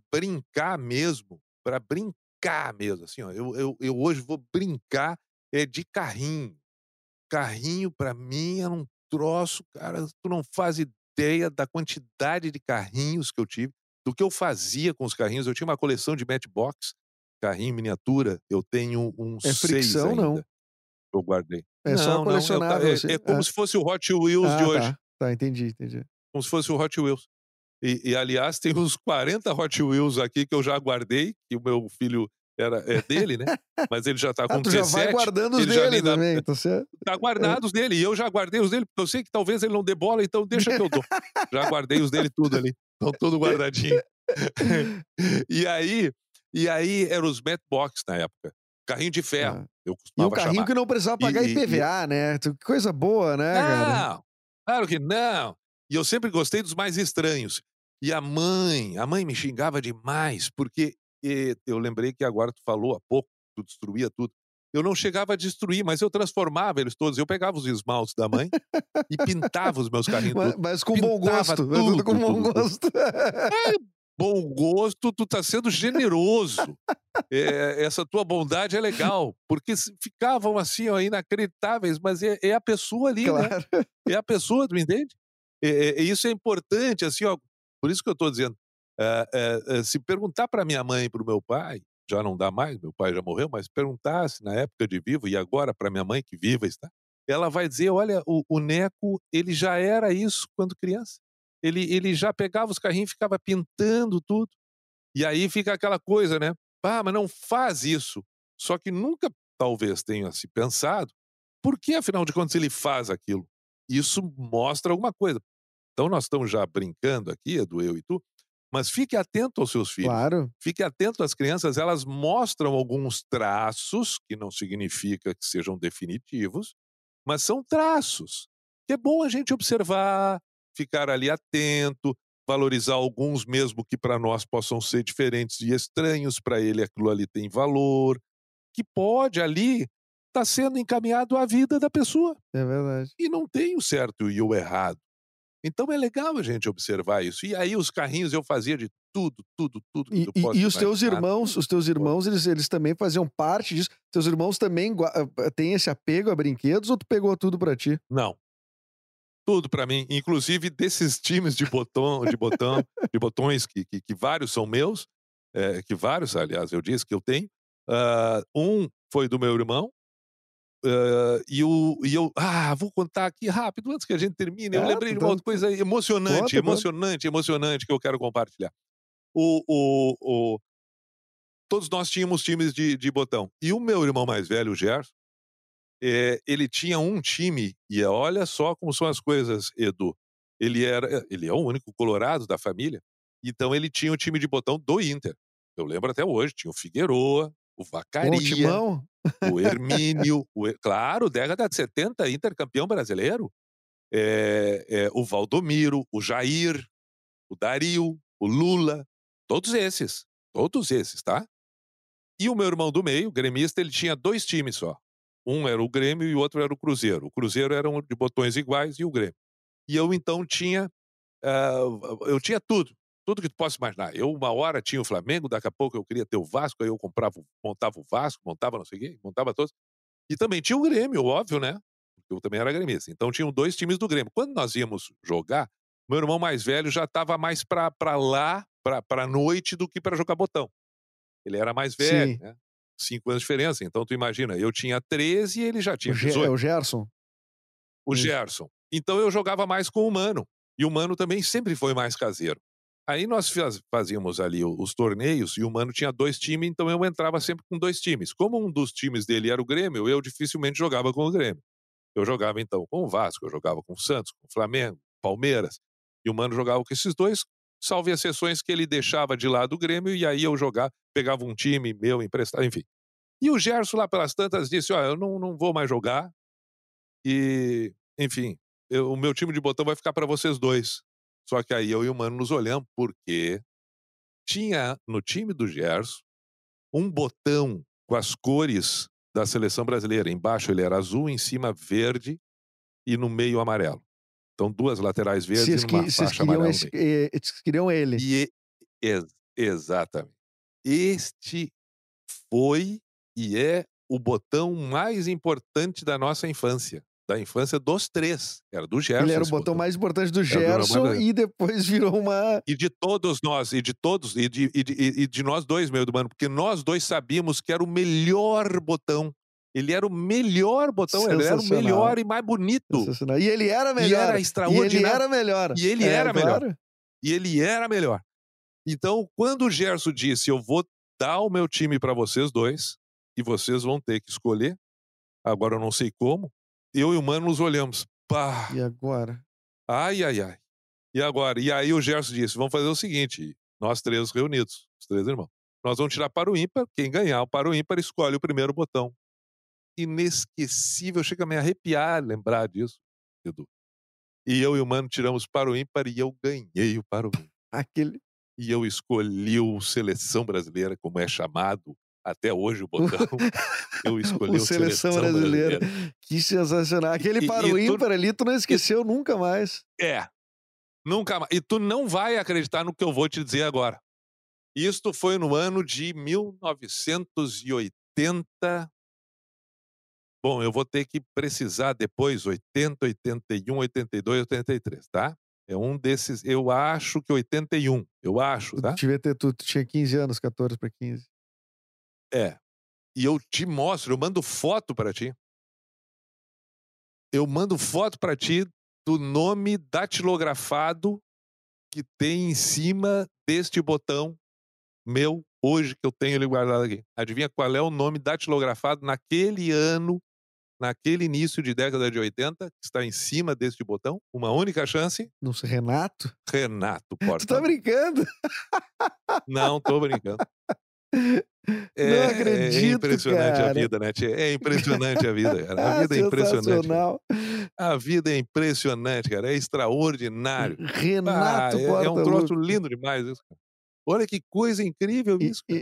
brincar mesmo, assim, ó, eu hoje vou brincar, de carrinho. Carrinho pra mim era um troço, cara, tu não faz ideia da quantidade de carrinhos que eu tive, do que eu fazia com os carrinhos. Eu tinha uma coleção de Matchbox, carrinho miniatura, eu tenho uns É 6 fricção, ainda, não. que eu guardei. É só Não, não, colecionável, assim. é como se fosse o Hot Wheels de hoje, Tá. Tá, entendi, entendi. como se fosse o Hot Wheels. Aliás, tem uns 40 Hot Wheels aqui que eu já guardei, que o meu filho é dele, né? Mas ele já tá com tu já 17. vai guardando os ele já dele nem dá- também, tá certo? Tá guardado os dele. E eu já guardei os dele, porque eu sei que talvez ele não dê bola, então deixa que eu dou. Já guardei os dele tudo ali. Estão tudo guardadinho. E aí eram os Matchbox na época. Carrinho de ferro, eu E um costumava carrinho chamar. que não precisava pagar IPVA, né? Que coisa boa, né, cara? Não, claro que não. E eu sempre gostei dos mais estranhos. E a mãe me xingava demais, porque eu lembrei que agora tu falou há pouco, tu destruía tudo. Eu não chegava a destruir, mas eu transformava eles todos. Eu pegava os esmaltes da mãe e pintava os meus carrinhos todos. Mas com bom Pintava gosto. Tudo com bom tudo. gosto. Bom gosto, tu tá sendo generoso. Essa tua bondade é legal, porque ficavam assim, ó, inacreditáveis, mas é a pessoa ali, né? Claro. É a pessoa, tu me entende? Isso é importante, assim, ó. Por isso que eu tô dizendo, se perguntar para minha mãe e para o meu pai, já não dá mais, meu pai já morreu, mas perguntasse na época de vivo e agora para minha mãe que viva está, ela vai dizer, olha, o Neco, ele já era isso quando criança. Ele já pegava os carrinhos e ficava pintando tudo. E aí fica aquela coisa, né? Ah, mas não faz isso. Só que nunca, talvez, tenha se pensado, por que, afinal de contas, ele faz aquilo? Isso mostra alguma coisa. Então, nós estamos já brincando aqui, Edu, eu e tu, mas fique atento aos seus filhos. Claro. Fique atento às crianças, elas mostram alguns traços, que não significa que sejam definitivos, mas são traços. Que é bom a gente observar, ficar ali atento, valorizar alguns mesmo que para nós possam ser diferentes e estranhos, para ele aquilo ali tem valor, que pode ali estar sendo encaminhado à vida da pessoa. É verdade. E não tem o certo e o errado. Então é legal a gente observar isso. E aí os carrinhos eu fazia de tudo que tu possa E os teus imaginar. irmãos, eles também faziam parte disso? Teus irmãos também têm esse apego a brinquedos ou tu pegou tudo pra ti? Não. Tudo para mim, inclusive desses times de botões que vários são meus, que vários, aliás, eu disse que eu tenho. Um foi do meu irmão, vou contar aqui rápido antes que a gente termine. Eu lembrei de uma outra coisa emocionante que eu quero compartilhar. Todos nós tínhamos times de botão. E o meu irmão mais velho, o Gerson, ele tinha um time, e olha só como são as coisas, Edu. Ele é o único colorado da família, então ele tinha o time de botão do Inter. Eu lembro até hoje, tinha o Figueroa, o Vacaria, Timão? o Hermínio, claro, década de 70, Inter campeão brasileiro. O Valdomiro, o Jair, o Dario, o Lula, todos esses, tá? E o meu irmão do meio, gremista, ele tinha 2 times só. Um era o Grêmio e o outro era o Cruzeiro. O Cruzeiro era de botões iguais e o Grêmio. E eu, então, tinha tudo que tu possa imaginar. Eu, uma hora, tinha o Flamengo, daqui a pouco eu queria ter o Vasco, aí eu montava o Vasco, montava não sei o quê, montava todos. E também tinha o Grêmio, óbvio, né? Porque eu também era gremista. Então, tinham 2 times do Grêmio. Quando nós íamos jogar, meu irmão mais velho já estava mais pra lá, pra noite, do que para jogar botão. Ele era mais velho, Sim. né? 5 anos de diferença. Então, tu imagina, eu tinha 13 e ele já tinha 18. O Gerson? O Gerson. Então, eu jogava mais com o Mano. E o Mano também sempre foi mais caseiro. Aí nós fazíamos ali os torneios e o Mano tinha 2 times, então eu entrava sempre com 2 times. Como um dos times dele era o Grêmio, eu dificilmente jogava com o Grêmio. Eu jogava, então, com o Vasco, eu jogava com o Santos, com o Flamengo, Palmeiras. E o Mano jogava com esses 2, salvo as sessões que ele deixava de lado o Grêmio, e aí eu pegava um time meu emprestado, enfim. E o Gerson, lá pelas tantas, disse, eu não vou mais jogar, e, enfim, o meu time de botão vai ficar para vocês 2. Só que aí eu e o Mano nos olhamos, porque tinha no time do Gerson um botão com as cores da seleção brasileira. Embaixo ele era azul, em cima verde e no meio amarelo. Então 2 laterais verdes e uma faixa amarela. Vocês queriam ele. Exatamente. Este foi e é o botão mais importante da nossa infância. Da infância dos 3. Era do Gerson. Ele era o botão mais importante do Gerson e depois virou uma... E de todos nós, e de nós 2, meu Mano, porque nós 2 sabíamos que era o melhor botão. Ele era o melhor botão, ele era o melhor e mais bonito. E ele era melhor. E era extraordinário. E ele era melhor. E ele era melhor. Claro. E ele era melhor. Então, quando o Gerson disse, eu vou dar o meu time para vocês dois e vocês vão ter que escolher. Agora eu não sei como. Eu e o Mano nos olhamos. Pá, E agora? ai, ai, ai. E agora? E aí o Gerson disse, vamos fazer o seguinte, nós três reunidos, os três irmãos. Nós vamos tirar para o ímpar, quem ganhar o para o ímpar escolhe o primeiro botão. Inesquecível, chega a me arrepiar lembrar disso, Edu. E eu e o Mano tiramos para o ímpar e eu ganhei o para o ímpar. Aquele... E eu escolhi o Seleção Brasileira, como é chamado até hoje o botão. Eu escolhi o Seleção Brasileira. Que sensacional. Aquele para o ímpar ali, tu não esqueceu nunca mais. Nunca mais. E tu não vai acreditar no que eu vou te dizer agora. Isto foi no ano de 1980. Bom, eu vou ter que precisar depois, 80, 81, 82, 83, tá? É um desses, eu acho que 81, eu acho, tá? Tu tinha 15 anos, 14 para 15. E eu te mostro, eu mando foto para ti. Eu mando foto para ti do nome datilografado que tem em cima deste botão meu, hoje, que eu tenho ele guardado aqui. Adivinha qual é o nome datilografado naquele ano, naquele início de década de 80, que está em cima deste botão? Uma única chance. Não sei, Renato? Renato Porta. Tu tá brincando? Não, tô brincando. Não acredito, é impressionante cara. A vida, né, tia? É impressionante a vida, cara. A vida é impressionante. Cara. A vida é impressionante, cara. É extraordinário. Renato Porta. É um troço lindo demais isso, cara. Olha que coisa incrível isso, cara.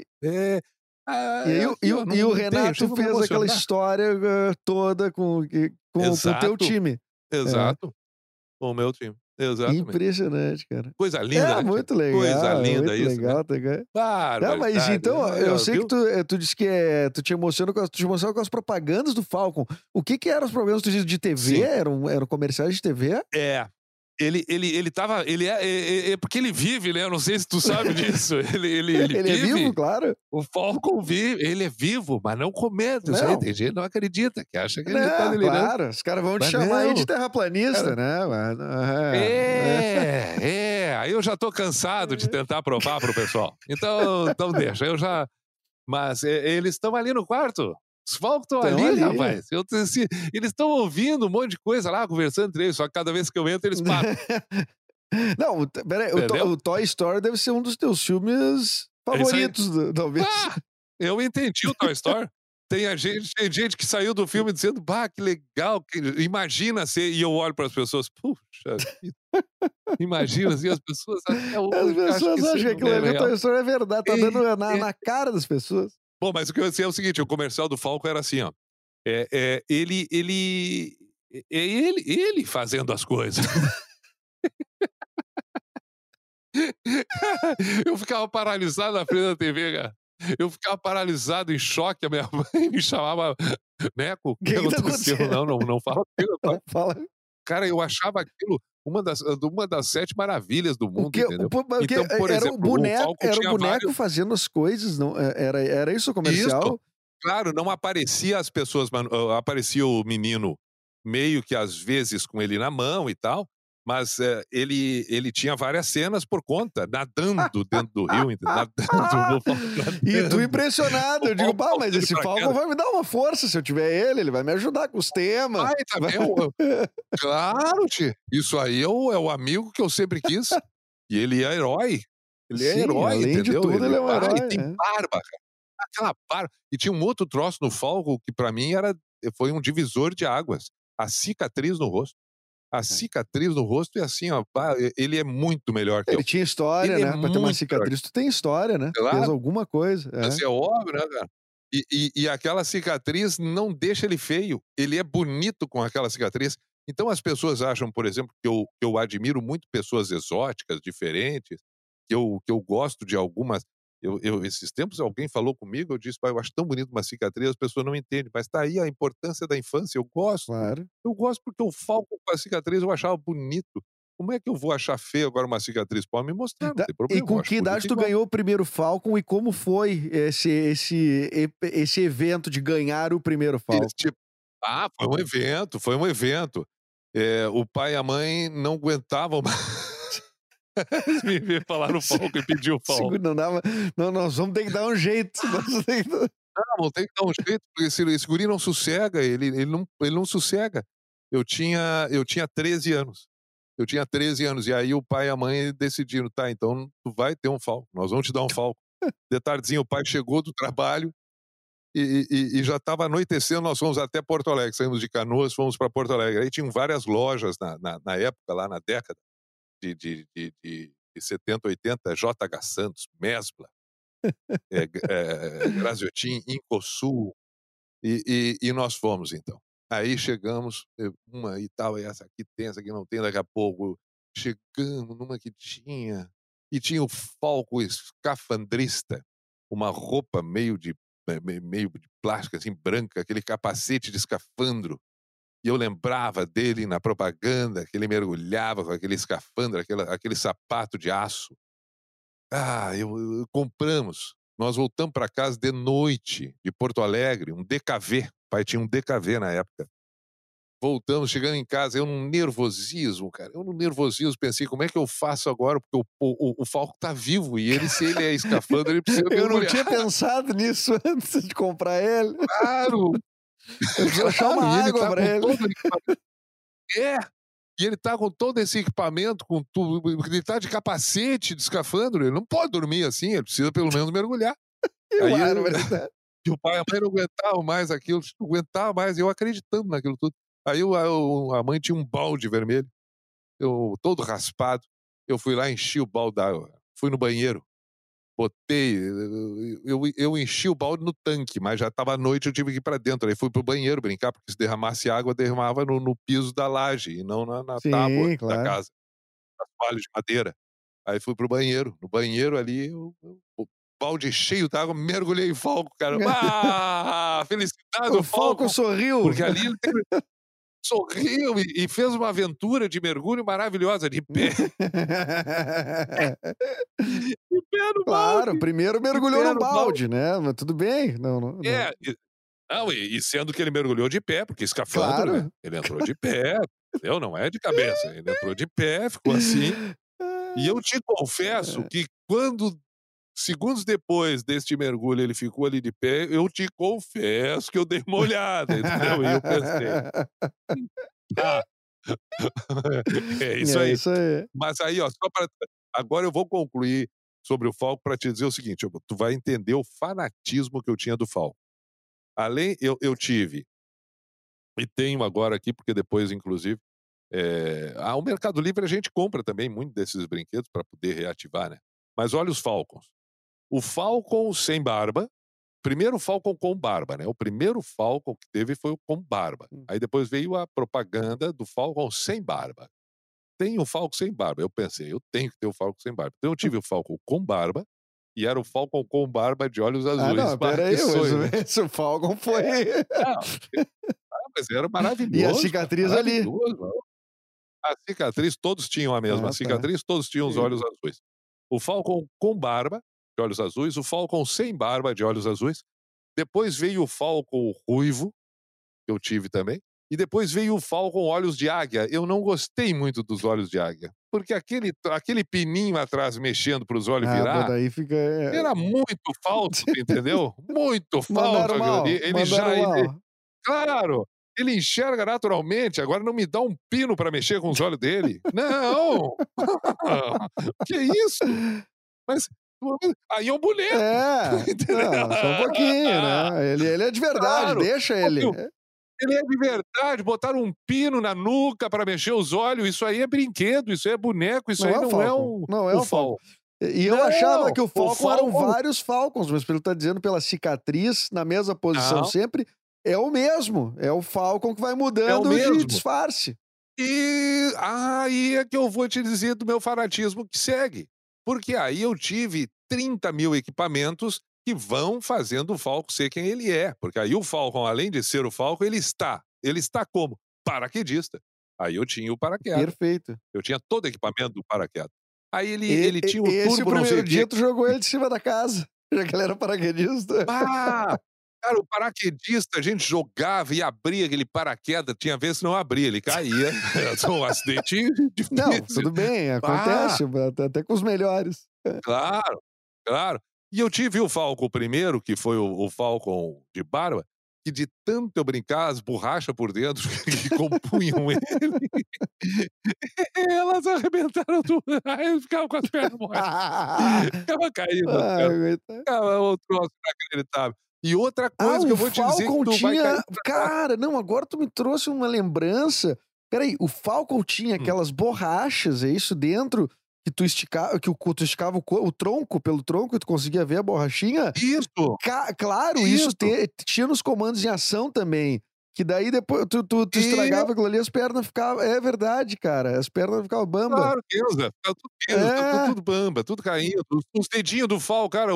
E o Renato fez aquela história toda com o teu time. Exato. Com o meu time. Exatamente. Impressionante, cara. Coisa linda, né? Muito legal. Coisa linda muito isso, legal, né? Não, mas então, eu sei que tu disse que tu te emocionou com as propagandas do Falcon. O que eram as propagandas tu disse, de TV? Eram comerciais de TV? Ele tava. Porque ele vive, né? Eu não sei se tu sabe disso. Ele vive. É vivo, claro. O Falcon vive. Ele é vivo, mas não comenta. Isso aí, tem gente que não acredita, que acha que ele tá delirando. Claro, os caras vão te chamar aí de terraplanista, né? Aí eu já tô cansado de tentar provar pro pessoal. Então deixa, eu já. Mas eles estão ali no quarto. Os Falcons estão ali, rapaz. Eles estão ouvindo um monte de coisa lá, conversando entre eles, só que cada vez que eu entro, eles param. Não, peraí, o Toy Story deve ser um dos teus filmes favoritos, talvez. Eu entendi o Toy Story. Tem gente que saiu do filme dizendo, que legal, imagina ser, e eu olho para as pessoas, puxa vida. Imagina assim, as pessoas até hoje. As pessoas acham que aquilo ali, o Toy Story é verdade, tá dando na cara das pessoas. Bom, mas o que eu sei é o seguinte, o comercial do Falcon era assim, ó. Ele fazendo as coisas. Eu ficava paralisado na frente da TV, cara. Eu ficava paralisado, em choque, a minha mãe me chamava, Neco, o que aconteceu? Não fala aquilo. Não fala. Cara, eu achava aquilo uma das 7 maravilhas do mundo, entendeu? Então, por exemplo, era o boneco fazendo as coisas, não? Era isso o comercial? Isso. Claro, não aparecia as pessoas, aparecia o menino meio que às vezes com ele na mão e tal, mas ele tinha várias cenas por conta, nadando dentro do rio, nadando. E tu impressionado, eu digo, mas esse Falcon vai me dar uma força se eu tiver ele vai me ajudar com os temas. Claro, tio, isso aí é o amigo que eu sempre quis, e ele é herói. Ele é herói, além entendeu? De tudo, ele é um herói. E tem barba, cara. Aquela barba. E tinha um outro troço no Falcon que pra mim foi um divisor de águas. A cicatriz no rosto. A cicatriz no rosto é assim, ó, ele é muito melhor que eu. Ele tinha história, né? Pra ter uma cicatriz, tu tem história, né? Claro. Fez alguma coisa. Mas é óbvio, né, cara? E aquela cicatriz não deixa ele feio. Ele é bonito com aquela cicatriz. Então as pessoas acham, por exemplo, que eu admiro muito pessoas exóticas, diferentes, que eu gosto de algumas. Esses tempos alguém falou comigo, eu disse, eu acho tão bonito uma cicatriz, as pessoas não entendem, mas tá aí a importância da infância, eu gosto. Claro. Eu gosto porque o Falcon com a cicatriz eu achava bonito. Como é que eu vou achar feio agora uma cicatriz? Pode me mostrar, não tem problema. E com que idade tu ganhou o primeiro Falcon e como foi esse evento de ganhar o primeiro Falcon? Foi um evento. O pai e a mãe não aguentavam mais. Me veio falar no Falco e pediu o Falco. Não dava. Não, nós vamos ter que dar um jeito. Não, tem que dar um jeito, porque esse guri não sossega, ele não sossega. Eu tinha 13 anos. Eu tinha 13 anos, e aí o pai e a mãe decidiram, tá, então tu vai ter um Falco, nós vamos te dar um Falco. De tardezinha o pai chegou do trabalho e já estava anoitecendo, nós fomos até Porto Alegre, saímos de Canoas, fomos para Porto Alegre. Aí tinham várias lojas na época, lá na década de 70, 80, JH Santos, Mesbla, Graziotin, Incosul, e nós fomos então. Aí chegamos, uma e tal, e essa aqui tem, essa aqui não tem, daqui a pouco chegamos numa que tinha, e tinha o Falco escafandrista, uma roupa meio de plástico, assim, branca, aquele capacete de escafandro, e eu lembrava dele na propaganda, que ele mergulhava com aquele escafandro, aquele sapato de aço. Compramos. Nós voltamos para casa de noite, de Porto Alegre, um DKV. O pai tinha um DKV na época. Voltamos, chegando em casa, eu num nervosismo, cara. Eu num nervosismo, pensei, como é que eu faço agora? Porque o Falco tá vivo, e ele, se ele é escafandro, ele precisa Eu não mergulhar. tinha pensado nisso antes de comprar ele. Claro! Eu vou achar uma E ele água tá pra com ele. todo o equipamento. E ele tá com todo esse equipamento, com tudo, ele tá de capacete, de escafandro, ele não pode dormir assim, ele precisa pelo menos mergulhar. E o pai e a mãe não aguentavam mais aquilo, não aguentava mais, eu acreditando naquilo tudo. Aí a mãe tinha um balde vermelho, todo raspado, eu fui lá, enchi o balde d'água, fui no banheiro, botei, eu enchi o balde no tanque, mas já estava à noite, eu tive que ir para dentro. Aí fui pro banheiro brincar, porque se derramasse água, derramava no piso da laje, e não na Sim, tábua claro. da casa, assoalho de madeira. Aí fui pro banheiro. No banheiro ali, o balde cheio d'água, mergulhei em Falco, cara. Felicidade do O Falco sorriu. porque ali ele sorriu e fez uma aventura de mergulho maravilhosa, de pé. De pé no Claro, balde. primeiro mergulhou no balde, né? Mas tudo bem. Não. E sendo que ele mergulhou de pé, porque escafandro, Claro. né? Ele entrou de pé, entendeu? Não é de cabeça. Ele entrou de pé, ficou assim. E eu te confesso que quando, segundos depois deste mergulho, ele ficou ali de pé, eu te confesso que eu dei uma olhada, entendeu? E eu pensei, é isso aí. Isso aí. Mas aí, ó, agora eu vou concluir sobre o Falco para te dizer o seguinte, tu vai entender o fanatismo que eu tinha do Falco. Além, eu tive, e tenho agora aqui, porque depois, inclusive, o Mercado Livre a gente compra também muito desses brinquedos para poder reativar, né? Mas olha os Falcons. O Falcon sem barba, primeiro o Falcon com barba, né? O primeiro Falcon que teve foi o com barba. Aí depois veio a propaganda do Falcon sem barba. Tem o Falcon sem barba. Eu pensei, eu tenho que ter o Falcon sem barba. Então eu tive o Falcon com barba, e era o Falcon com barba de olhos azuis. Não, peraí, esse o Falcon foi... Mas era maravilhoso. E a cicatriz ali. A cicatriz, todos tinham a mesma. A cicatriz, todos tinham os olhos azuis. O Falcon com barba, de olhos azuis. O Falcon sem barba, de olhos azuis. Depois veio o Falcon ruivo, que eu tive também. E depois veio o Falcon olhos de águia. Eu não gostei muito dos olhos de águia. Porque aquele pininho atrás mexendo para os olhos virar, daí fica... era muito falso, entendeu? Muito falso. Claro, ele enxerga naturalmente. Agora não me dá um pino para mexer com os olhos dele. Não! Que isso? Mas aí é um boneco. Só um pouquinho, né? Ele é de verdade, claro. Deixa ele. Ele é de verdade, botaram um pino na nuca para mexer os olhos, isso aí é brinquedo, isso aí é boneco, isso aí não é o Falcon. E eu achava que o Falcon eram vários Falcons, mas ele tá dizendo pela cicatriz, na mesma posição sempre, é o mesmo, é o Falcon que vai mudando de disfarce. E aí é que eu vou te dizer do meu fanatismo que segue, porque aí eu tive 30 mil equipamentos que vão fazendo o Falcon ser quem ele é. Porque aí o Falcon, além de ser o Falcon, ele está como? Paraquedista. Aí eu tinha o paraquedas. Perfeito. Eu tinha todo o equipamento do paraquedas. Aí ele tinha o turbo, o primeiro dia tu jogou ele de cima da casa, já que ele era paraquedista. Cara, o paraquedista, a gente jogava e abria aquele paraquedas, tinha vezes que não abria, ele caía. É um acidente Não, difícil. tudo bem, Ah, acontece, até com os melhores. claro, claro. E eu tive o Falcon primeiro, que foi o Falcon de barba, que de tanto eu brincar, as borrachas por dentro que compunham ele, elas arrebentaram tudo. Aí eu ficava com as pernas molegas. Ficava caído as Ai, pernas. coitado. Ficava um troço inacreditável. E outra Ah, coisa que o eu vou te dizer que Falcon tu vai cair tinha. pra trás. Cara, não, agora tu me trouxe uma lembrança. Peraí, o Falcon tinha Hum. aquelas borrachas, é isso dentro? Que tu esticava, tu esticava o tronco pelo tronco e tu conseguia ver a borrachinha? Isso, Claro, isso isso, tinha nos comandos em ação também. Que daí depois tu e estragava aquilo ali, as pernas ficavam. É verdade, cara. As pernas ficavam bamba. claro, Deus, ficava tudo preso, É, tudo bamba, tudo caindo. Os dedinhos do Falcon, cara,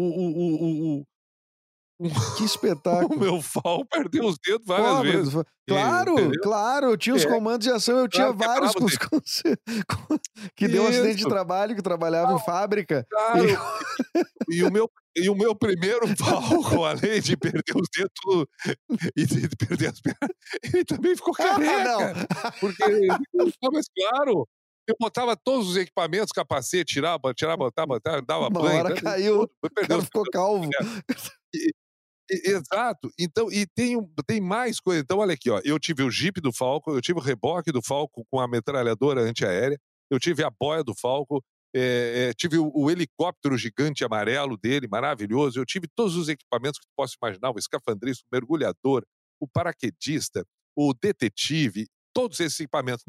o que o espetáculo. meu Falcon perdeu os dedos várias Cobra. vezes, Claro, entendeu? claro, eu tinha os É, comandos de ação, eu tinha claro, vários quebrava os que deu um acidente de isso, trabalho, que trabalhava em fábrica. E claro. E o meu primeiro Falcon, além de perder os dedos tudo e de perder as pernas, ele também ficou ah, não! careca, porque mas claro, eu botava todos os equipamentos, capacete, botava, dava Uma banho, hora caiu, tudo, foi o perder cara os ficou calvo. e exato. Então e tem mais coisa. Então olha aqui, ó, eu tive o Jeep do Falcon, eu tive o reboque do Falcon com a metralhadora antiaérea, eu tive a boia do Falcon, tive o helicóptero gigante amarelo dele, maravilhoso, eu tive todos os equipamentos que tu possa imaginar, o escafandrista, o mergulhador, o paraquedista, o detetive, todos esses equipamentos.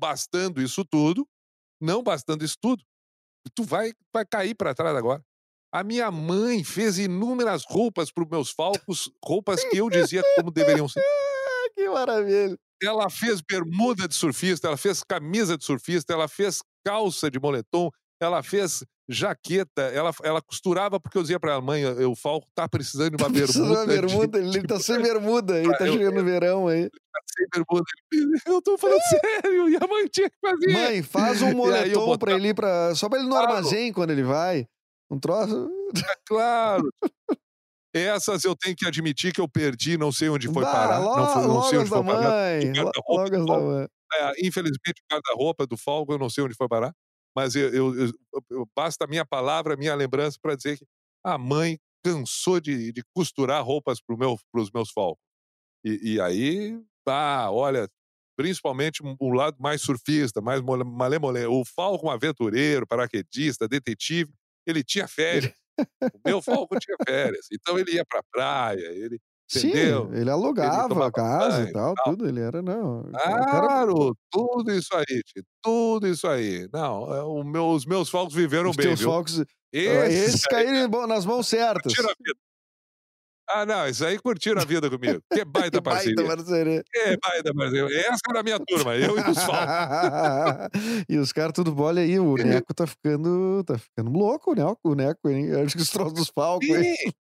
Não bastando isso tudo, tu vai cair para trás agora. A minha mãe fez inúmeras roupas para os meus falcos, roupas que eu dizia como deveriam ser. Que maravilha. Ela fez bermuda de surfista, ela fez camisa de surfista, ela fez calça de moletom, ela fez jaqueta, ela costurava porque eu dizia para ela: "Mãe, o Falco tá precisando de uma Precisa de uma bermuda bermuda, ele tá sem bermuda, ele tá eu chegando no verão aí. sem bermuda". Eu tô falando sério, e a mãe tinha que fazer. Mãe, faz um E aí eu moletom pra botava ele ir só pra ele ir no claro, armazém quando ele vai. Um troço. claro. Essas eu tenho que admitir que eu perdi, não sei onde foi Bah, parar, não sei logo as onde da foi parar. O mãe. guarda-roupa Logo do as da Falcon, mãe. infelizmente o guarda-roupa do Falcon eu não sei onde foi parar, mas basta a minha palavra, a minha lembrança para dizer que a mãe cansou de costurar roupas para os meus Falcons. E aí, olha, principalmente o lado mais surfista, mais malemolente, o Falcon aventureiro, paraquedista, detetive, ele tinha férias. O meu Falcon tinha férias, então ele ia pra praia, ele Sim, entendeu? ele Ele alugava a tomava casa e banho, tal, tal. tudo. Ele era, não. O cara. Claro, tudo isso aí, tio, tudo isso aí. Não, os meus Falcons viveram Os bem, teus viu. Falcons. Esses Esses aí caíram nas mãos curtiram certas. a vida. Ah, não, isso aí curtiram a vida comigo. Que Que baita baita parceria. parceria. Que baita parceria. Essa era a minha turma, eu e os Falcons. E os caras tudo bom, olha aí, o Neco tá ficando louco, o Neco, hein? Eu acho que os troços dos palcos, hein? Sim.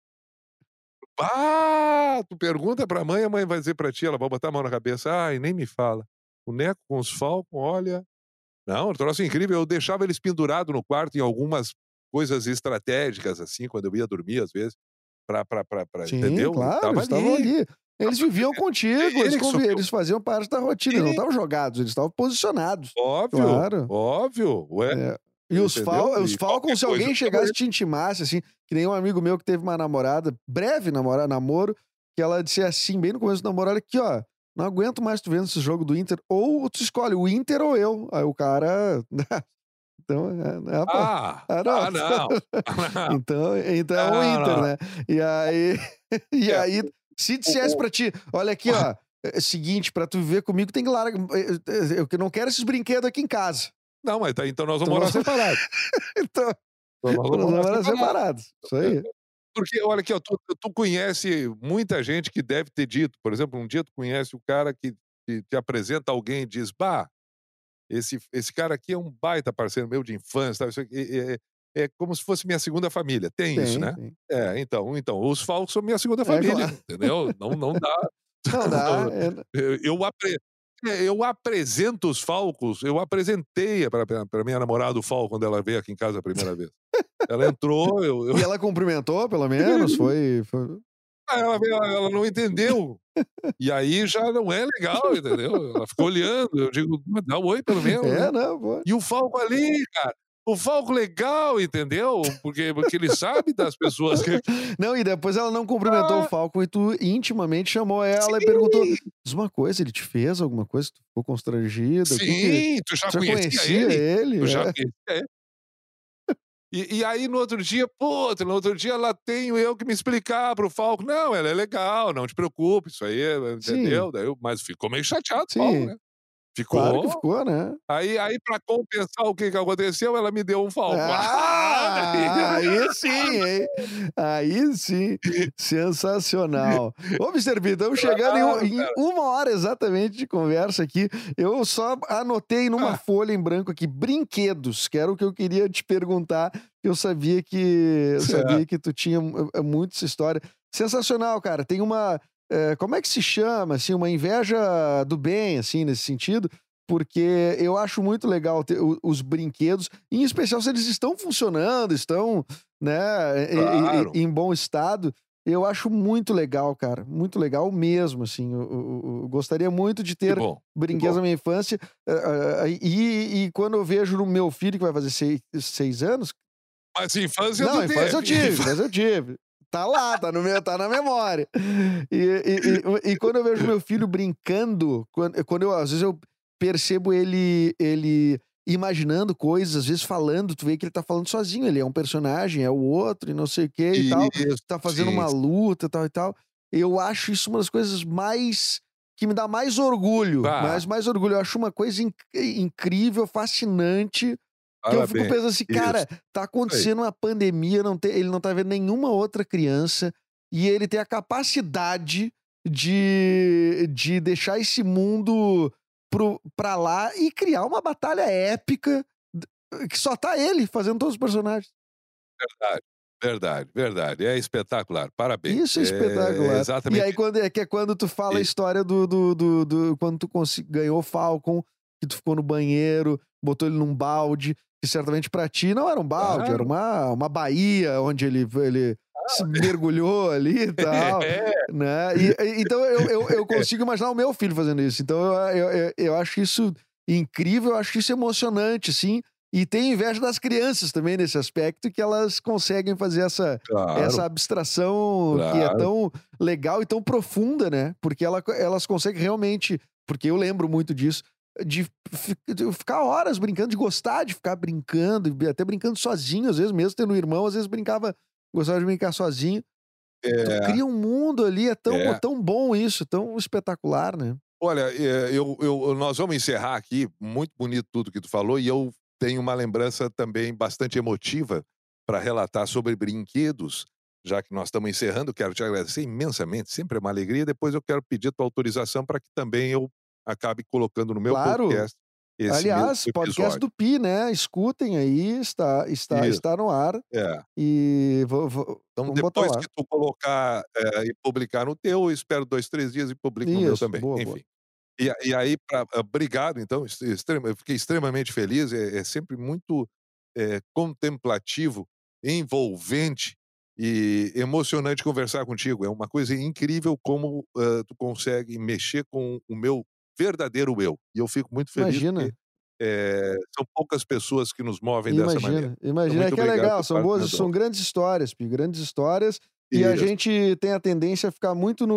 Tu pergunta pra mãe, a mãe vai dizer pra ti, ela vai botar a mão na cabeça: "Ai, nem me fala. O Neco com os Falcon, olha". Não, um troço incrível, eu deixava eles pendurado no quarto em algumas coisas estratégicas, assim, quando eu ia dormir, às vezes, pra Sim, entendeu? claro, Tava eles estavam ali, ali. Eles viviam é contigo, ele que subiu. eles faziam parte da rotina, eles não Sim, estavam jogados, eles estavam posicionados. óbvio, Claro. óbvio, ué, É. E entendeu? os E Falcons, qualquer se coisa alguém eu chamo chegasse e ele. te intimasse, assim, que nem um amigo meu que teve uma namorada, breve namoro, que ela disse assim, bem no começo do namoro: "Olha aqui, ó, não aguento mais tu vendo esse jogo do Inter, ou tu escolhe o Inter ou eu". Aí o cara, então, pô, não. Não, não, Então é o não, Inter, não. né. E aí e É, aí, se dissesse o pra ti: "Olha aqui, ó, é seguinte, pra tu viver comigo tem que largar, eu que não quero esses brinquedos aqui em casa". não, mas tá, então nós vamos Então morar nós vamos separados. então Então nós vamos nós morar vamos morar separados. separados. Isso aí. Porque olha aqui, ó, tu conhece muita gente que deve ter dito, por exemplo, um dia tu conhece o cara que te apresenta alguém e diz: "Bah, esse cara aqui é um baita parceiro meu de infância, tal, isso aqui, é como se fosse minha segunda família". Tem isso, Tem, né? tem. Então, os Falcons são minha segunda É família, claro. entendeu? Não dá. Não dá, Eu eu apre eu apresento os Falcons, eu apresentei pra minha namorada o Falcon quando ela veio aqui em casa a primeira vez. Ela entrou, eu e ela cumprimentou pelo menos? Foi Ela não entendeu. E aí já não é legal, entendeu? Ela ficou olhando, eu digo: "Mas dá um oi pelo menos, né". É, não, pô. E o Falco ali, cara, o Falco legal, entendeu? Porque ele sabe das pessoas que Não, e depois ela não cumprimentou o ah, Falcon e tu intimamente chamou ela e perguntou: sim, "Diz uma coisa, ele te fez alguma coisa? Tu ficou constrangida? O que que sim, tu já tu já conhecia conhecia ele? ele?" Tu já É. conhecia ele? E aí no outro dia, puta, no outro dia lá tenho eu que me explicar para o Falco: "Não, ela é legal, não te preocupe, isso aí, Sim, entendeu?" Mas ficou meio chateado o Falco, sim. né. Claro que Ficou. ficou, né. Aí pra compensar o que que aconteceu, ela me deu um Falco. Ah, daí Ah, aí sim, hein. Aí sim, sensacional. Ô, Mister B, estamos chegando claro, em cara. 1 hora exatamente de conversa aqui. Eu só anotei numa Ah, folha em branco aqui, brinquedos, que era o que eu queria te perguntar, que eu sabia que tu tinha muito essa história. Sensacional, cara. Tem uma, como é que se chama, assim, uma inveja do bem, assim, nesse sentido, porque eu acho muito legal ter os brinquedos, em especial se eles estão funcionando, estão, né, claro, em bom estado. Eu acho muito legal, cara, muito legal mesmo, assim. Eu gostaria muito de que ter bom, que brinquedos bom. na minha infância, e quando eu vejo no meu filho que vai fazer 6 anos. Mas infância Não, tu infância eu teve. tive, infância eu tive. Tá lá, tá na memória. E quando eu vejo meu filho brincando, quando eu às vezes eu percebo ele imaginando coisas, às vezes falando, tu vê que ele tá falando sozinho, ele é um personagem, é o outro e não sei o que e tal, Isso, tá fazendo sim, uma sim. luta, tal e tal. Eu acho isso uma das coisas mais que me dá mais orgulho, Ah, mais orgulho. Eu acho uma coisa incrível, fascinante, que eu fico parabéns. pensando assim: Isso, "Cara, tá isso aí. acontecendo uma pandemia, ele não tá vendo nenhuma outra criança, e ele tem a capacidade de deixar esse mundo pra lá e criar uma batalha épica, que só tá ele fazendo todos os personagens." Verdade, verdade, verdade. É espetacular, parabéns. Isso é É espetacular. E aí exatamente quando tu fala a isso. história do quando tu ganhou o Falcon, que tu ficou no banheiro, botou ele num balde, que certamente pra ti não era um balde, era Claro. uma baía onde ele se mergulhou ali e tal, É, né. Então eu consigo imaginar o meu filho fazendo isso. Então eu acho isso incrível, eu acho isso emocionante, assim, e tenho inveja das crianças também nesse aspecto, que elas conseguem fazer essa claro, abstração que é claro. tão legal e tão profunda, né, porque elas conseguem realmente, porque eu lembro muito disso, de ficar horas brincando, de gostar de ficar brincando, e até brincando sozinho, às vezes mesmo tendo um irmão, às vezes gostava de brincar sozinho. Tu É, cria um mundo ali, é é. tão bom isso, tão espetacular, né. Olha, nós vamos encerrar aqui, muito bonito tudo que tu falou, e eu tenho uma lembrança também bastante emotiva para relatar sobre brinquedos, já que nós estamos encerrando, quero te agradecer imensamente, sempre é uma alegria, depois eu quero pedir tua autorização para que também eu acabe colocando no meu Claro. podcast esse mesmo Aliás, podcast episódio. do Pi, né, escutem aí, Isso, está no ar, é. e Então vamos botar depois lá. que tu colocar, e publicar no teu, eu espero 2, 3 dias e publico no meu Isso, também, boa, boa. enfim. E aí obrigado então, eu fiquei extremamente feliz, é sempre muito, contemplativo, envolvente e emocionante conversar contigo, é uma coisa incrível como, tu consegue mexer com o meu verdadeiro eu, e eu fico muito feliz porque, Imagina. são poucas pessoas que nos movem dessa maneira. Imagina, Então imagina, é muito que é obrigado, legal, são Eduardo boas, são Mendonça. grandes histórias, Pi, grandes histórias, e a Isso, gente tem a tendência a ficar muito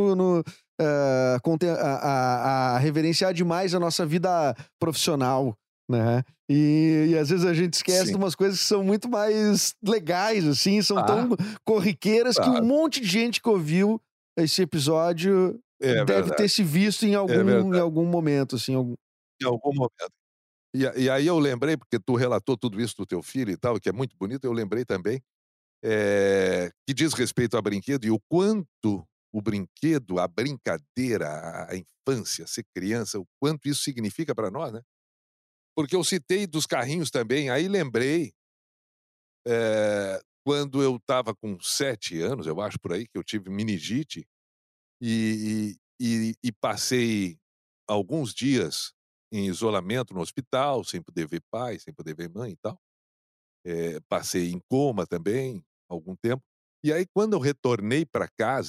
a reverenciar demais a nossa vida profissional, né, e às vezes a gente esquece de sim. umas coisas que são muito mais legais, assim, são tão Ah, corriqueiras que um claro. monte de gente que ouviu esse episódio É deve ter verdade, se visto em é verdade. algum momento, assim, algum. Em algum momento. E aí eu lembrei, porque tu relatou tudo isso do teu filho e tal, que é muito bonito, eu lembrei também, que diz respeito a brinquedo e o quanto o brinquedo, a brincadeira, a infância, ser criança, o quanto isso significa para nós, né. Porque eu citei dos carrinhos também, aí lembrei, quando eu estava com 7 anos, eu acho, por aí, que eu tive meningite, e passei alguns dias em isolamento no hospital, sem poder ver pai, sem poder ver mãe e tal. Passei em coma também, algum tempo. E aí quando eu retornei para casa,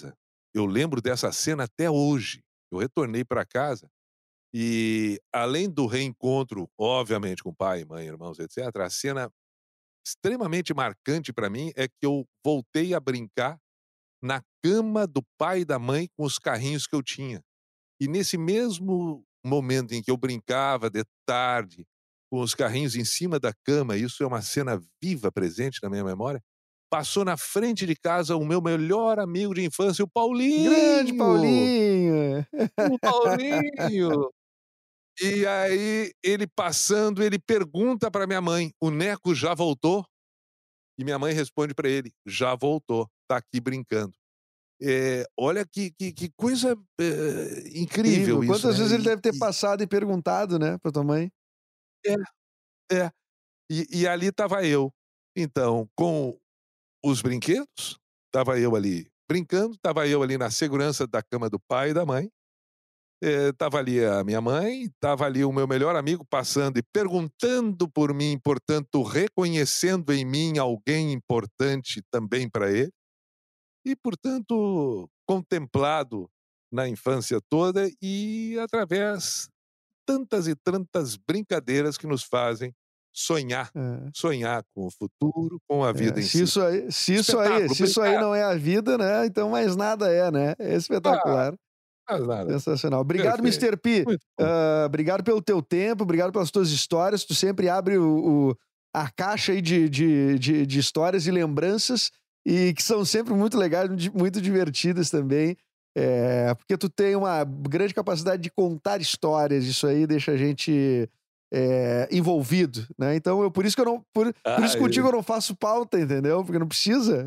eu lembro dessa cena até hoje. Eu retornei para casa e, além do reencontro, obviamente, com pai, mãe, irmãos, etc., a cena extremamente marcante para mim é que eu voltei a brincar na cama do pai e da mãe com os carrinhos que eu tinha. E nesse mesmo momento em que eu brincava de tarde com os carrinhos em cima da cama, isso é uma cena viva, presente na minha memória, passou na frente de casa o meu melhor amigo de infância, o Grande Paulinho! Paulinho! O Paulinho! E aí, ele passando, ele pergunta para minha mãe: "O Neco já voltou?" E minha mãe responde para ele: "Já voltou, tá aqui brincando". Olha que coisa, incrível Incrível. isso, Quantas né. vezes ele deve ter E passado e perguntado, né, pra tua mãe? é, é. E ali estava eu, então, com os brinquedos, estava eu ali brincando, estava eu ali na segurança da cama do pai e da mãe, estava ali a minha mãe, estava ali o meu melhor amigo passando e perguntando por mim, portanto, reconhecendo em mim alguém importante também para ele. E, portanto, contemplado na infância toda e através tantas e tantas brincadeiras que nos fazem sonhar, É. sonhar com o futuro, com a vida em Se si. isso aí se isso aí Espetáculo, se isso aí brincar. não é a vida, né, então mais nada é, né? É Ah, espetacular, faz nada. sensacional. Obrigado, Perfeito. Mister P. Muito bom. Obrigado pelo teu tempo, obrigado pelas tuas histórias. Tu sempre abre a caixa aí de histórias e lembranças, e que são sempre muito legais, muito divertidas também. Porque tu tem uma grande capacidade de contar histórias, isso aí deixa a gente envolvido, né? Então, por isso que eu não. Por isso Ah, contigo eu não faço pauta, entendeu? Porque não precisa.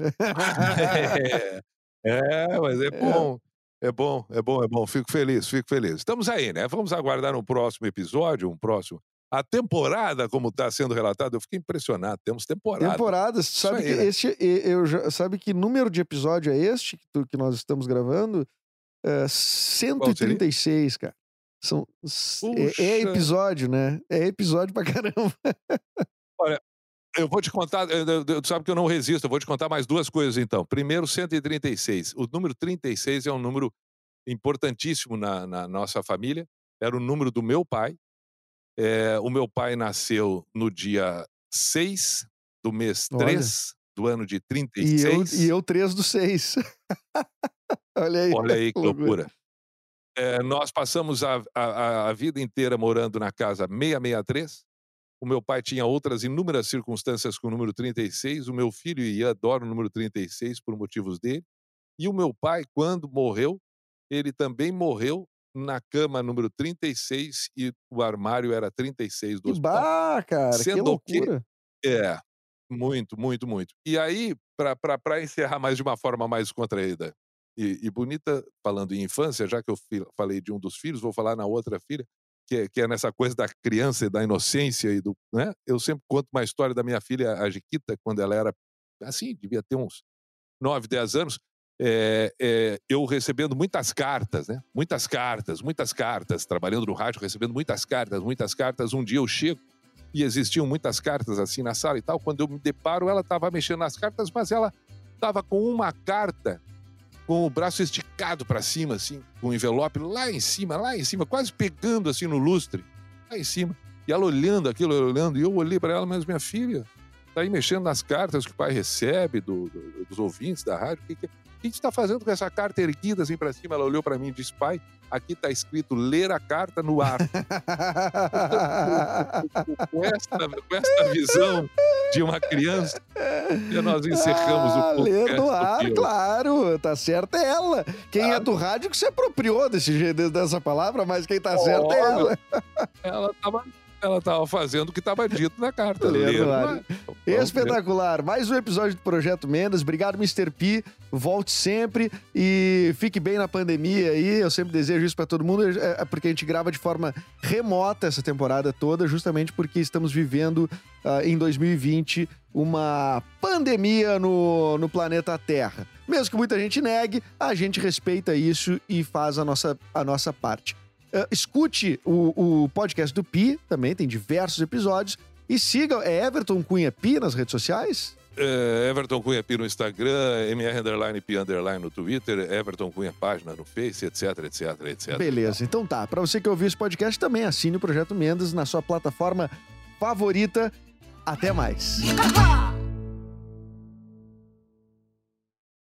mas é É, bom. É bom, é bom, é bom. Fico feliz, fico feliz. Estamos aí, né? Vamos aguardar um próximo episódio, um próximo. A temporada, como está sendo relatado, eu fiquei impressionado. Temos temporada. temporadas. Isso Sabe que aí, né? sabe que número de episódio é este que nós estamos gravando? Qual seria? 136, cara. É Puxa, episódio, né? É episódio pra caramba. olha, eu vou te contar, tu sabe que eu não resisto, eu vou te contar mais duas coisas então. Primeiro, 136. O número 36 é um número importantíssimo na nossa família. Era o número do meu pai. O meu pai nasceu no dia 6 do mês Olha. 3 do ano de E 36. eu 3 do 6. Olha aí, Olha aí que que loucura. loucura. Nós passamos a vida inteira morando na casa 663. O meu pai tinha outras inúmeras circunstâncias com o número 36. O meu filho e adora o número 36 por motivos dele. E o meu pai, quando morreu, ele também morreu na cama número 36 e o armário era 36 do Que hospital. cara, que Sendo que loucura. é, muito, muito, muito. E aí, para encerrar mais de uma forma mais contraída e bonita, falando em infância, já que eu falei de um dos filhos, vou falar na outra filha, que é nessa coisa da criança e da inocência e do, né? Eu sempre conto uma história da minha filha, a Jequita, quando ela era, assim, devia ter uns 9, 10 anos, eu recebendo muitas cartas, né? Muitas cartas, trabalhando no rádio, recebendo muitas cartas. Um dia eu chego e existiam muitas cartas assim na sala e tal. Quando eu me deparo, ela estava mexendo nas cartas, mas ela estava com uma carta com o braço esticado para cima, assim, com o envelope lá em cima, quase pegando assim no lustre, lá em cima. E ela olhando aquilo, olhando, e eu olhei para ela, mas minha filha tá aí mexendo nas cartas que o pai recebe dos ouvintes da rádio. O que você está fazendo com essa carta erguida assim para cima? Ela olhou para mim e disse: pai, aqui está escrito ler a carta no ar. Com esta visão de uma criança, e nós encerramos o Ler podcast no do ar, Pio. claro, tá certa é ela. Quem é do rádio que se apropriou desse jeito, dessa palavra, mas quem tá certa é ela. Ela estava fazendo o que estava dito na carta. Ler no ar. Vamos Espetacular. Mais um episódio do Projeto Mendas. Obrigado, Mr. P. Volte sempre e fique bem na pandemia aí. Eu sempre desejo isso pra todo mundo, porque a gente grava de forma remota essa temporada toda, justamente porque estamos vivendo em 2020 uma pandemia no planeta Terra. Mesmo que muita gente negue, a gente respeita isso e faz a nossa parte. Escute o podcast do Pi, também tem diversos episódios. E siga, Everton Cunha Pi nas redes sociais? Everton Cunha Pi no Instagram, MR_Pi_ no Twitter, Everton Cunha página no Face, etc, etc, etc. Beleza, então tá. Pra você que ouviu esse podcast, também assine o Projeto Mendas na sua plataforma favorita. Até mais.